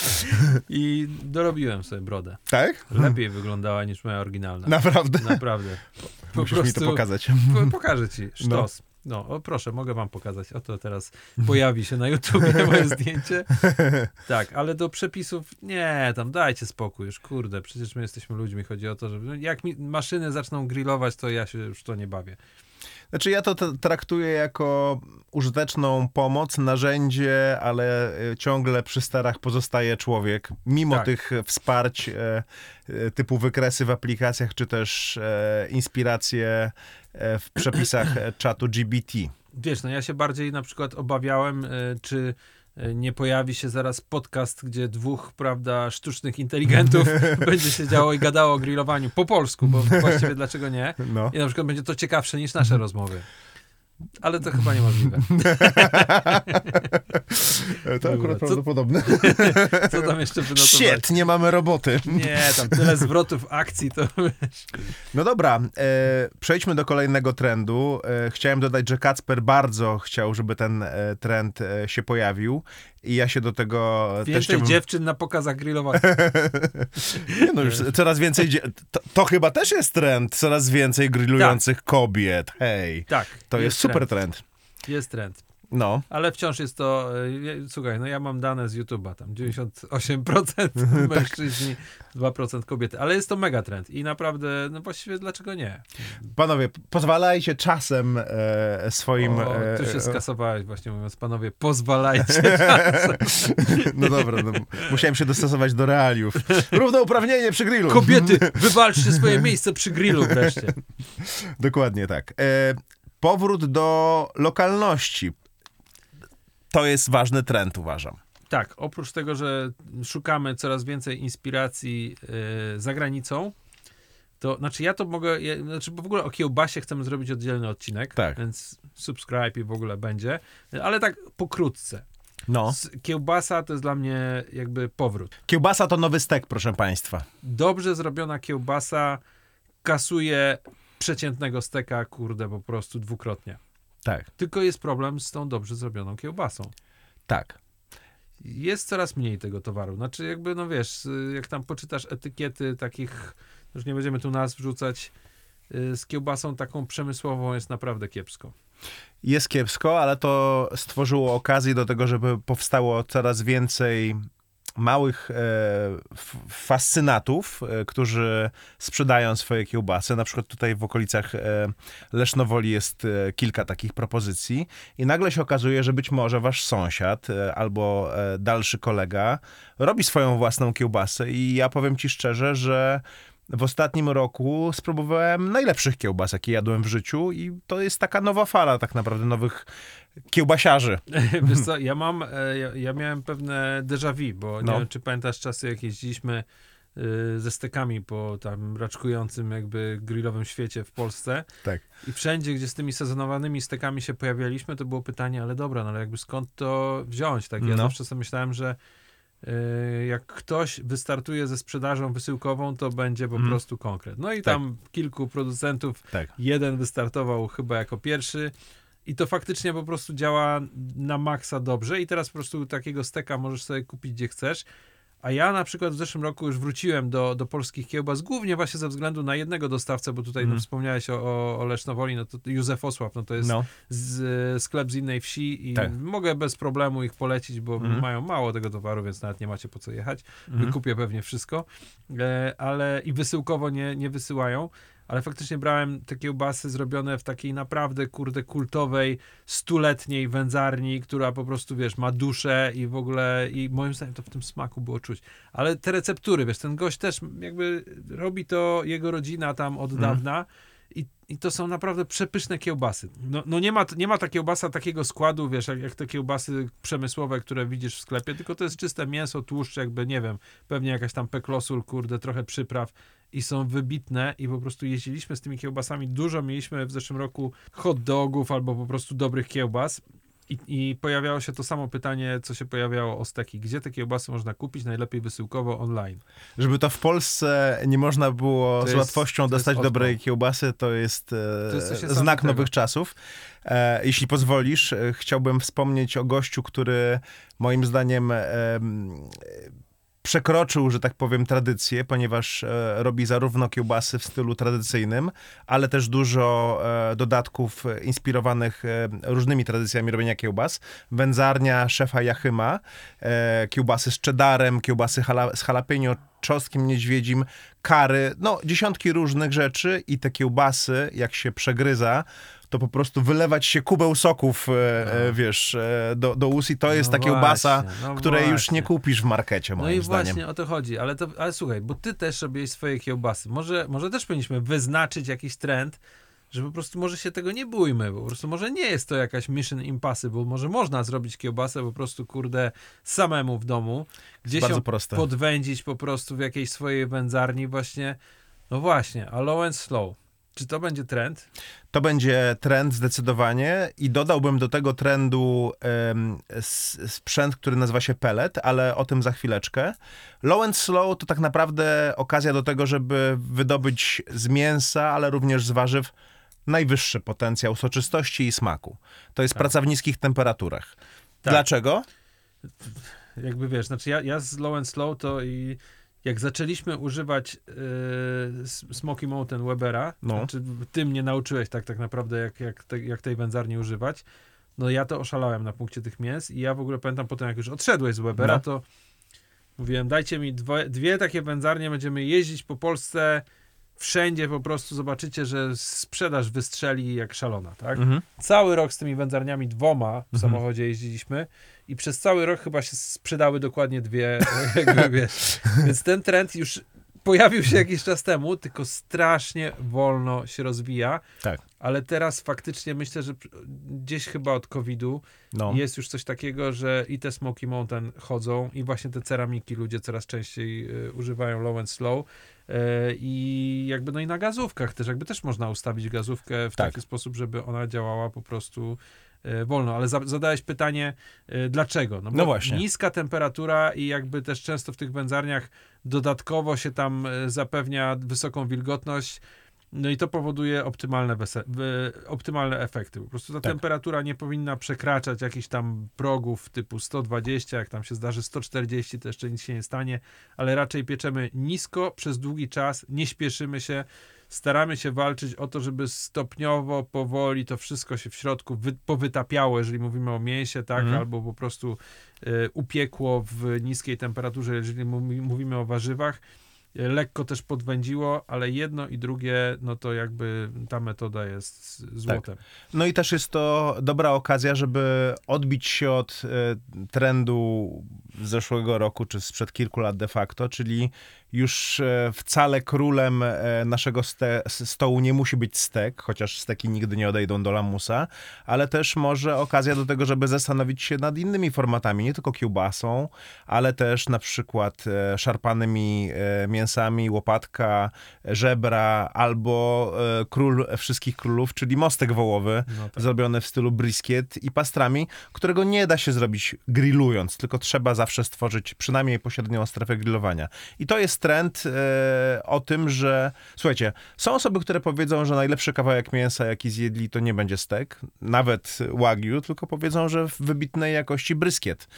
i dorobiłem sobie brodę. Tak? Lepiej wyglądała niż moja oryginalna. Naprawdę? Naprawdę. Musisz mi to pokazać. Pokażę ci. Sztos. No, o, proszę, mogę wam pokazać. Oto teraz pojawi się na YouTubie moje zdjęcie. Tak, ale do przepisów nie, tam dajcie spokój już, kurde, przecież my jesteśmy ludźmi, chodzi o to, że jak maszyny zaczną grillować, to ja się już to nie bawię. Znaczy ja to traktuję jako użyteczną pomoc, narzędzie, ale ciągle przy sterach pozostaje człowiek. Mimo tych wsparć typu wykresy w aplikacjach, czy też inspiracje w przepisach czatu GPT. Wiesz, no ja się bardziej na przykład obawiałem, czy nie pojawi się zaraz podcast, gdzie 2, prawda, sztucznych inteligentów będzie się działo i gadało o grillowaniu po polsku, bo właściwie dlaczego nie? No. I na przykład będzie to ciekawsze niż nasze rozmowy. Ale to chyba niemożliwe. To akurat prawdopodobne. Co tam jeszcze wynotować? Shit, nie mamy roboty. Nie, tam tyle zwrotów akcji, to wiesz. No dobra, przejdźmy do kolejnego trendu. Chciałem dodać, że Kacper bardzo chciał, żeby ten trend się pojawił i ja się do tego też Więcej chciałbym... dziewczyn na pokazach grillowania. Nie no, już coraz więcej... To chyba też jest trend. Coraz więcej grillujących kobiet. Hej. Tak. To jest super trend. Jest trend. No. Ale wciąż jest to, słuchaj, no ja mam dane z YouTube'a, tam 98% mężczyźni, 2% kobiety, ale jest to mega trend i naprawdę, no właściwie dlaczego nie? Panowie, pozwalajcie czasem swoim... Tu się skasowałeś właśnie mówiąc, panowie, pozwalajcie. No dobra, no, musiałem się dostosować do realiów. Równouprawnienie przy grillu. Kobiety, wywalczcie swoje miejsce przy grillu wreszcie. Dokładnie tak. Powrót do lokalności. To jest ważny trend, uważam. Tak, oprócz tego, że szukamy coraz więcej inspiracji za granicą, to znaczy ja to mogę, bo w ogóle o kiełbasie chcemy zrobić oddzielny odcinek, tak. Więc subscribe i w ogóle będzie, ale tak pokrótce. No. Kiełbasa to jest dla mnie jakby powrót. Kiełbasa to nowy stek, proszę państwa. Dobrze zrobiona kiełbasa kasuje przeciętnego steka, kurde, po prostu dwukrotnie. Tak. Tylko jest problem z tą dobrze zrobioną kiełbasą. Tak. Jest coraz mniej tego towaru. Znaczy jakby, no wiesz, jak tam poczytasz etykiety takich, już nie będziemy tu nazw wrzucać, z kiełbasą taką przemysłową jest naprawdę kiepsko. Jest kiepsko, ale to stworzyło okazję do tego, żeby powstało coraz więcej małych fascynatów, którzy sprzedają swoje kiełbasy. Na przykład tutaj w okolicach Lesznowoli jest kilka takich propozycji i nagle się okazuje, że być może wasz sąsiad albo dalszy kolega robi swoją własną kiełbasę i ja powiem ci szczerze, że w ostatnim roku spróbowałem najlepszych kiełbas, jakie jadłem w życiu i to jest taka nowa fala tak naprawdę nowych kiełbasiarzy. Wiesz co, ja miałem pewne déjà vu, bo nie wiem, czy pamiętasz czasy, jak jeździliśmy ze stekami po tam raczkującym jakby grillowym świecie w Polsce. Tak. I wszędzie, gdzie z tymi sezonowanymi stekami się pojawialiśmy, to było pytanie, ale dobra, no ale jakby skąd to wziąć? Tak? Ja zawsze sobie myślałem, że Jak ktoś wystartuje ze sprzedażą wysyłkową, to będzie po prostu konkret. No i Tak. tam kilku producentów, Tak. jeden wystartował chyba jako pierwszy i to faktycznie po prostu działa na maksa dobrze i teraz po prostu takiego steka możesz sobie kupić gdzie chcesz. A ja na przykład w zeszłym roku już wróciłem do polskich kiełbas, głównie właśnie ze względu na jednego dostawcę, bo tutaj no, wspomniałeś o Lesznowoli, no to Józef Osław, no to jest sklep z innej wsi i mogę bez problemu ich polecić, bo mają mało tego towaru, więc nawet nie macie po co jechać. Wykupię pewnie wszystko, ale i wysyłkowo nie wysyłają. Ale faktycznie brałem te kiełbasy zrobione w takiej naprawdę, kultowej, 100-letniej wędzarni, która po prostu, wiesz, ma duszę i w ogóle, i moim zdaniem to w tym smaku było czuć. Ale te receptury, wiesz, ten gość też jakby robi to jego rodzina tam od dawna i to są naprawdę przepyszne kiełbasy. No nie ma ta kiełbasa takiego składu, wiesz, jak te kiełbasy przemysłowe, które widzisz w sklepie, tylko to jest czyste mięso, tłuszcz, jakby, nie wiem, pewnie jakaś tam peklosul, trochę przypraw i są wybitne i po prostu jeździliśmy z tymi kiełbasami. Dużo mieliśmy w zeszłym roku hot dogów albo po prostu dobrych kiełbas. I pojawiało się to samo pytanie, co się pojawiało o steki. Gdzie te kiełbasy można kupić? Najlepiej wysyłkowo online. Żeby to w Polsce nie można było z łatwością dostać dobrej kiełbasy, to jest znak nowych czasów. Jeśli pozwolisz, chciałbym wspomnieć o gościu, który moim zdaniem przekroczył, że tak powiem, tradycję, ponieważ robi zarówno kiełbasy w stylu tradycyjnym, ale też dużo dodatków inspirowanych różnymi tradycjami robienia kiełbas. Wędzarnia szefa Jachyma, kiełbasy z cheddarem, kiełbasy z jalapeno, czosnkiem niedźwiedzim, kary, no dziesiątki różnych rzeczy i te kiełbasy, jak się przegryza, to po prostu wylewać się kubeł soków, wiesz, do ust i to jest ta kiełbasa, której już nie kupisz w markecie, moim zdaniem. No i właśnie o to chodzi, ale słuchaj, bo ty też robiłeś swoje kiełbasy. Może też powinniśmy wyznaczyć jakiś trend, że po prostu może się tego nie bójmy, po prostu może nie jest to jakaś mission impossible, może można zrobić kiełbasę po prostu, samemu w domu, gdzieś ją podwędzić po prostu w jakiejś swojej wędzarni właśnie, no właśnie, a low and slow. Czy to będzie trend? To będzie trend zdecydowanie i dodałbym do tego trendu sprzęt, który nazywa się pellet, ale o tym za chwileczkę. Low and slow to tak naprawdę okazja do tego, żeby wydobyć z mięsa, ale również z warzyw najwyższy potencjał soczystości i smaku. To jest praca w niskich temperaturach. Tak. Dlaczego? Jakby wiesz, znaczy ja z low and slow to i jak zaczęliśmy używać Smoky Mountain Webera, znaczy ty mnie nauczyłeś tak naprawdę, jak tej wędzarni używać, no ja to oszalałem na punkcie tych mięs i ja w ogóle pamiętam potem, jak już odszedłeś z Webera, to mówiłem, dajcie mi dwie takie wędzarnie, będziemy jeździć po Polsce, wszędzie po prostu zobaczycie, że sprzedaż wystrzeli jak szalona, tak? Cały rok z tymi wędzarniami 2 w samochodzie jeździliśmy i przez cały rok chyba się sprzedały dokładnie 2, jakby wiesz. Więc ten trend już pojawił się jakiś czas temu, tylko strasznie wolno się rozwija. Tak. Ale teraz faktycznie myślę, że gdzieś chyba od COVID-u jest już coś takiego, że i te Smoky Mountain chodzą i właśnie te ceramiki ludzie coraz częściej używają low and slow. I jakby no i na gazówkach też można ustawić gazówkę w taki sposób, żeby ona działała po prostu wolno, ale zadałeś pytanie, dlaczego? No właśnie. Niska temperatura i jakby też często w tych wędzarniach dodatkowo się tam zapewnia wysoką wilgotność, no i to powoduje optymalne efekty. Po prostu ta temperatura nie powinna przekraczać jakichś tam progów typu 120, jak tam się zdarzy 140, to jeszcze nic się nie stanie, ale raczej pieczemy nisko przez długi czas, nie śpieszymy się, staramy się walczyć o to, żeby stopniowo, powoli to wszystko się w środku powytapiało, jeżeli mówimy o mięsie, tak, albo po prostu upiekło w niskiej temperaturze, jeżeli mówimy o warzywach. Lekko też podwędziło, ale jedno i drugie, no to jakby ta metoda jest złotem. Tak. No i też jest to dobra okazja, żeby odbić się od trendu z zeszłego roku, czy sprzed kilku lat de facto, czyli już wcale królem naszego stołu nie musi być stek, chociaż steki nigdy nie odejdą do lamusa, ale też może okazja do tego, żeby zastanowić się nad innymi formatami, nie tylko kiełbasą, ale też na przykład szarpanymi mięsami, łopatka, żebra, albo król wszystkich królów, czyli mostek wołowy, zrobiony w stylu brisket i pastrami, którego nie da się zrobić grillując, tylko trzeba zawsze zawsze stworzyć przynajmniej pośrednią strefę grillowania. I to jest trend o tym, że słuchajcie, są osoby, które powiedzą, że najlepszy kawałek mięsa, jaki zjedli, to nie będzie stek, nawet wagyu, tylko powiedzą, że wybitnej jakości bryskiet.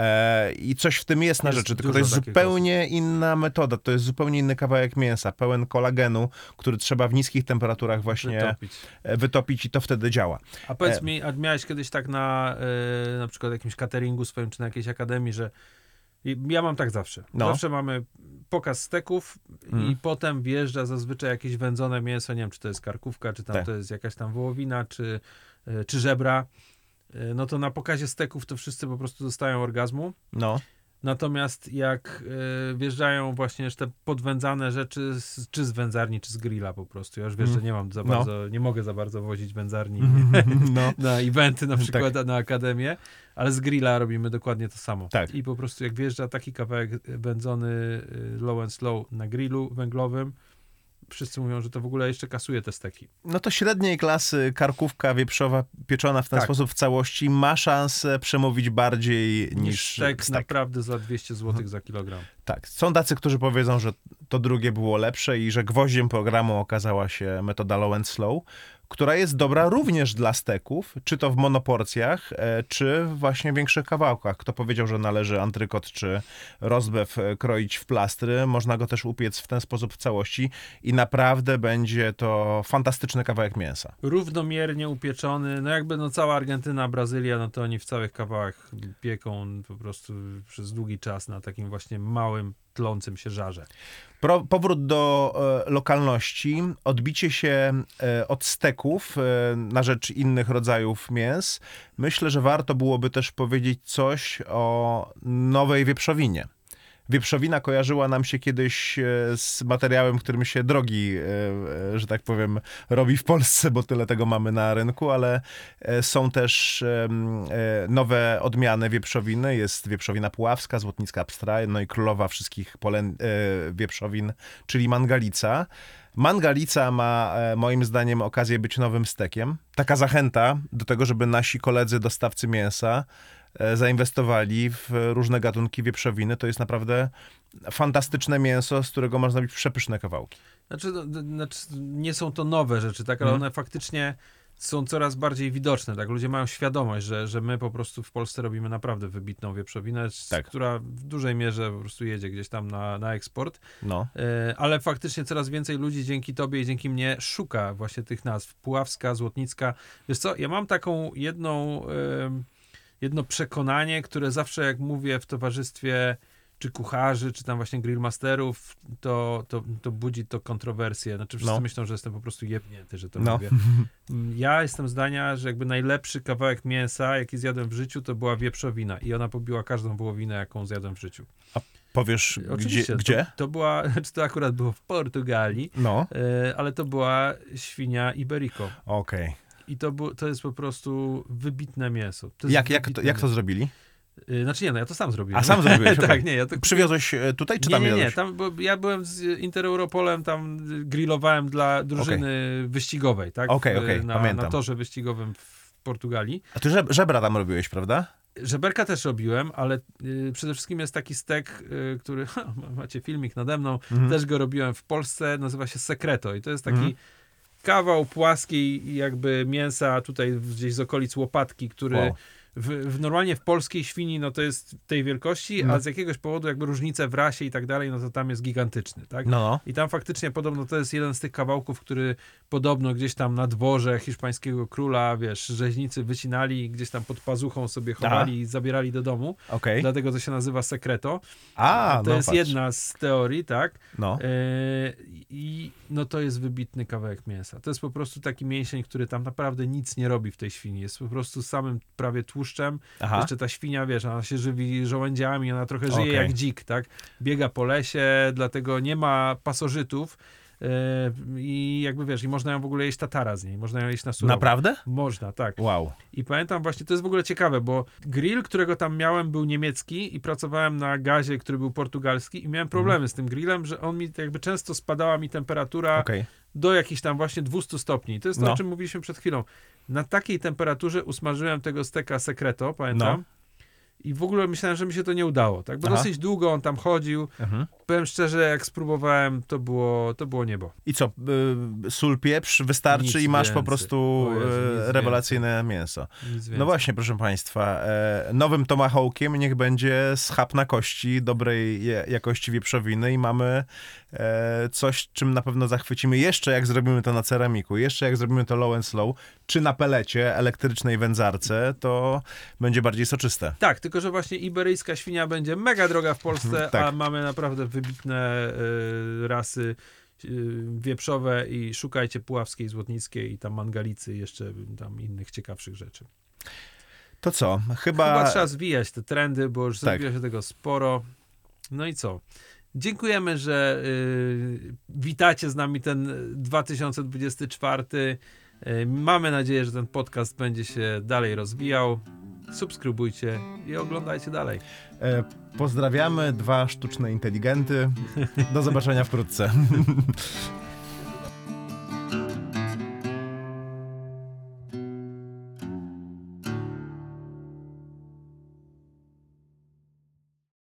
I coś w tym jest na Jest rzeczy, tylko dużo to jest takich zupełnie inna metoda, to jest zupełnie inny kawałek mięsa, pełen kolagenu, który trzeba w niskich temperaturach właśnie wytopić i to wtedy działa. A powiedz mi, a miałeś kiedyś tak na przykład jakimś cateringu swoim, czy na jakiejś akademii, że ja mam tak zawsze. No. Zawsze mamy pokaz steków i potem wjeżdża zazwyczaj jakieś wędzone mięso, nie wiem, czy to jest karkówka, czy tam Tak. to jest jakaś tam wołowina, czy żebra. No to na pokazie steków to wszyscy po prostu dostają orgazmu. No. Natomiast jak wjeżdżają właśnie już te podwędzane rzeczy, czy z wędzarni, czy z grilla po prostu. Ja już wiesz, że nie mam za bardzo, nie mogę za bardzo wozić wędzarni No. na eventy na przykład, na akademię, ale z grilla robimy dokładnie to samo. Tak. I po prostu jak wjeżdża taki kawałek wędzony low and slow na grillu węglowym, wszyscy mówią, że to w ogóle jeszcze kasuje te steki. No to średniej klasy karkówka wieprzowa pieczona w ten sposób w całości ma szansę przemówić bardziej niż stek naprawdę za 200 zł za kilogram. Tak. Są tacy, którzy powiedzą, że to drugie było lepsze i że gwoździem programu okazała się metoda low and slow, która jest dobra również dla steków, czy to w monoporcjach, czy właśnie w większych kawałkach. Kto powiedział, że należy antrykot czy rozbew kroić w plastry, można go też upiec w ten sposób w całości i naprawdę będzie to fantastyczny kawałek mięsa. Równomiernie upieczony, no jakby cała Argentyna, Brazylia, no to oni w całych kawałach pieką po prostu przez długi czas na takim właśnie małym, tlącym się żarze. Powrót do lokalności, odbicie się od steków na rzecz innych rodzajów mięs. Myślę, że warto byłoby też powiedzieć coś o nowej wieprzowinie. Wieprzowina kojarzyła nam się kiedyś z materiałem, którym się drogi, że tak powiem, robi w Polsce, bo tyle tego mamy na rynku, ale są też nowe odmiany wieprzowiny. Jest wieprzowina puławska, złotnicka pstra, no i królowa wszystkich wieprzowin, czyli mangalica. Mangalica ma moim zdaniem okazję być nowym stekiem. Taka zachęta do tego, żeby nasi koledzy dostawcy mięsa zainwestowali w różne gatunki wieprzowiny. To jest naprawdę fantastyczne mięso, z którego można robić przepyszne kawałki. Znaczy, nie są to nowe rzeczy, tak, ale one faktycznie są coraz bardziej widoczne, tak? Ludzie mają świadomość, że my po prostu w Polsce robimy naprawdę wybitną wieprzowinę, która w dużej mierze po prostu jedzie gdzieś tam na eksport. No. Ale faktycznie coraz więcej ludzi dzięki tobie i dzięki mnie szuka właśnie tych nazw. Puławska, złotnicka. Wiesz co, ja mam taką jedno przekonanie, które zawsze jak mówię w towarzystwie czy kucharzy, czy tam właśnie grillmasterów, to budzi to kontrowersje. Znaczy wszyscy myślą, że jestem po prostu jebnięty, że to mówię. Ja jestem zdania, że jakby najlepszy kawałek mięsa, jaki zjadłem w życiu, to była wieprzowina i ona pobiła każdą wołowinę, jaką zjadłem w życiu. A powiesz, Oczywiście, gdzie? To była, czy to akurat było w Portugalii, ale to była świnia Iberico. Okej. I to jest po prostu wybitne mięso. Jak to zrobili? Znaczy nie, no ja to sam zrobiłem. A sam zrobiłeś? Tak, nie. Ja to... Przywiozłeś tutaj, czy tam Nie. Ja byłem z Intereuropolem, tam grillowałem dla drużyny wyścigowej, tak? Pamiętam. Na torze wyścigowym w Portugalii. A ty żebra tam robiłeś, prawda? Żeberka też robiłem, ale przede wszystkim jest taki stek, który, macie filmik nade mną, też go robiłem w Polsce, nazywa się Secreto i to jest taki kawał płaskiej jakby mięsa tutaj gdzieś z okolic łopatki, który normalnie w polskiej świni no to jest tej wielkości, a z jakiegoś powodu jakby różnice w rasie i tak dalej, no to tam jest gigantyczny, tak? I tam faktycznie podobno to jest jeden z tych kawałków, który podobno gdzieś tam na dworze hiszpańskiego króla, wiesz, rzeźnicy wycinali i gdzieś tam pod pazuchą sobie chowali i zabierali do domu. Dlatego to się nazywa Secreto. To jest jedna z teorii, tak? I no to jest wybitny kawałek mięsa. To jest po prostu taki mięsień, który tam naprawdę nic nie robi w tej świni. Jest po prostu samym prawie tłuszczem. Jeszcze ta świnia, wiesz, ona się żywi żołędziami, ona trochę żyje jak dzik, tak? Biega po lesie, dlatego nie ma pasożytów. I jakby wiesz, i można ją w ogóle jeść tatara z niej, można ją jeść na surowo. Naprawdę? Można, tak. Wow. I pamiętam właśnie, to jest w ogóle ciekawe, bo grill, którego tam miałem, był niemiecki i pracowałem na gazie, który był portugalski i miałem problemy z tym grillem, że on mi jakby często spadała mi temperatura do jakichś tam właśnie 200 stopni. To jest to, o czym mówiliśmy przed chwilą. Na takiej temperaturze usmażyłem tego steka Secreto, pamiętam. I w ogóle myślałem, że mi się to nie udało, tak? Bo Aha. dosyć długo on tam chodził. Powiem szczerze, jak spróbowałem, to było niebo. I co, sól, pieprz wystarczy Nic i masz po więcej. prostu O Jezu, nic rewelacyjne mięso. Nic No więcej. właśnie, proszę Państwa, nowym tomahawkiem niech będzie schab na kości dobrej jakości wieprzowiny i mamy coś, czym na pewno zachwycimy jeszcze jak zrobimy to na ceramiku, jeszcze jak zrobimy to low and slow, czy na pelecie, elektrycznej wędzarce, to będzie bardziej soczyste. Tak, tylko że właśnie iberyjska świnia będzie mega droga w Polsce, Tak. a mamy naprawdę wybitne rasy wieprzowe i szukajcie puławskiej, złotnickiej i tam mangalicy i jeszcze tam innych ciekawszych rzeczy. To co? Chyba trzeba zwijać te trendy, bo już Tak. zrobiło się tego sporo. No i co? Dziękujemy, że witacie z nami ten 2024. Mamy nadzieję, że ten podcast będzie się dalej rozwijał. Subskrybujcie i oglądajcie dalej. Pozdrawiamy, 2 sztuczne inteligenty. Do zobaczenia wkrótce.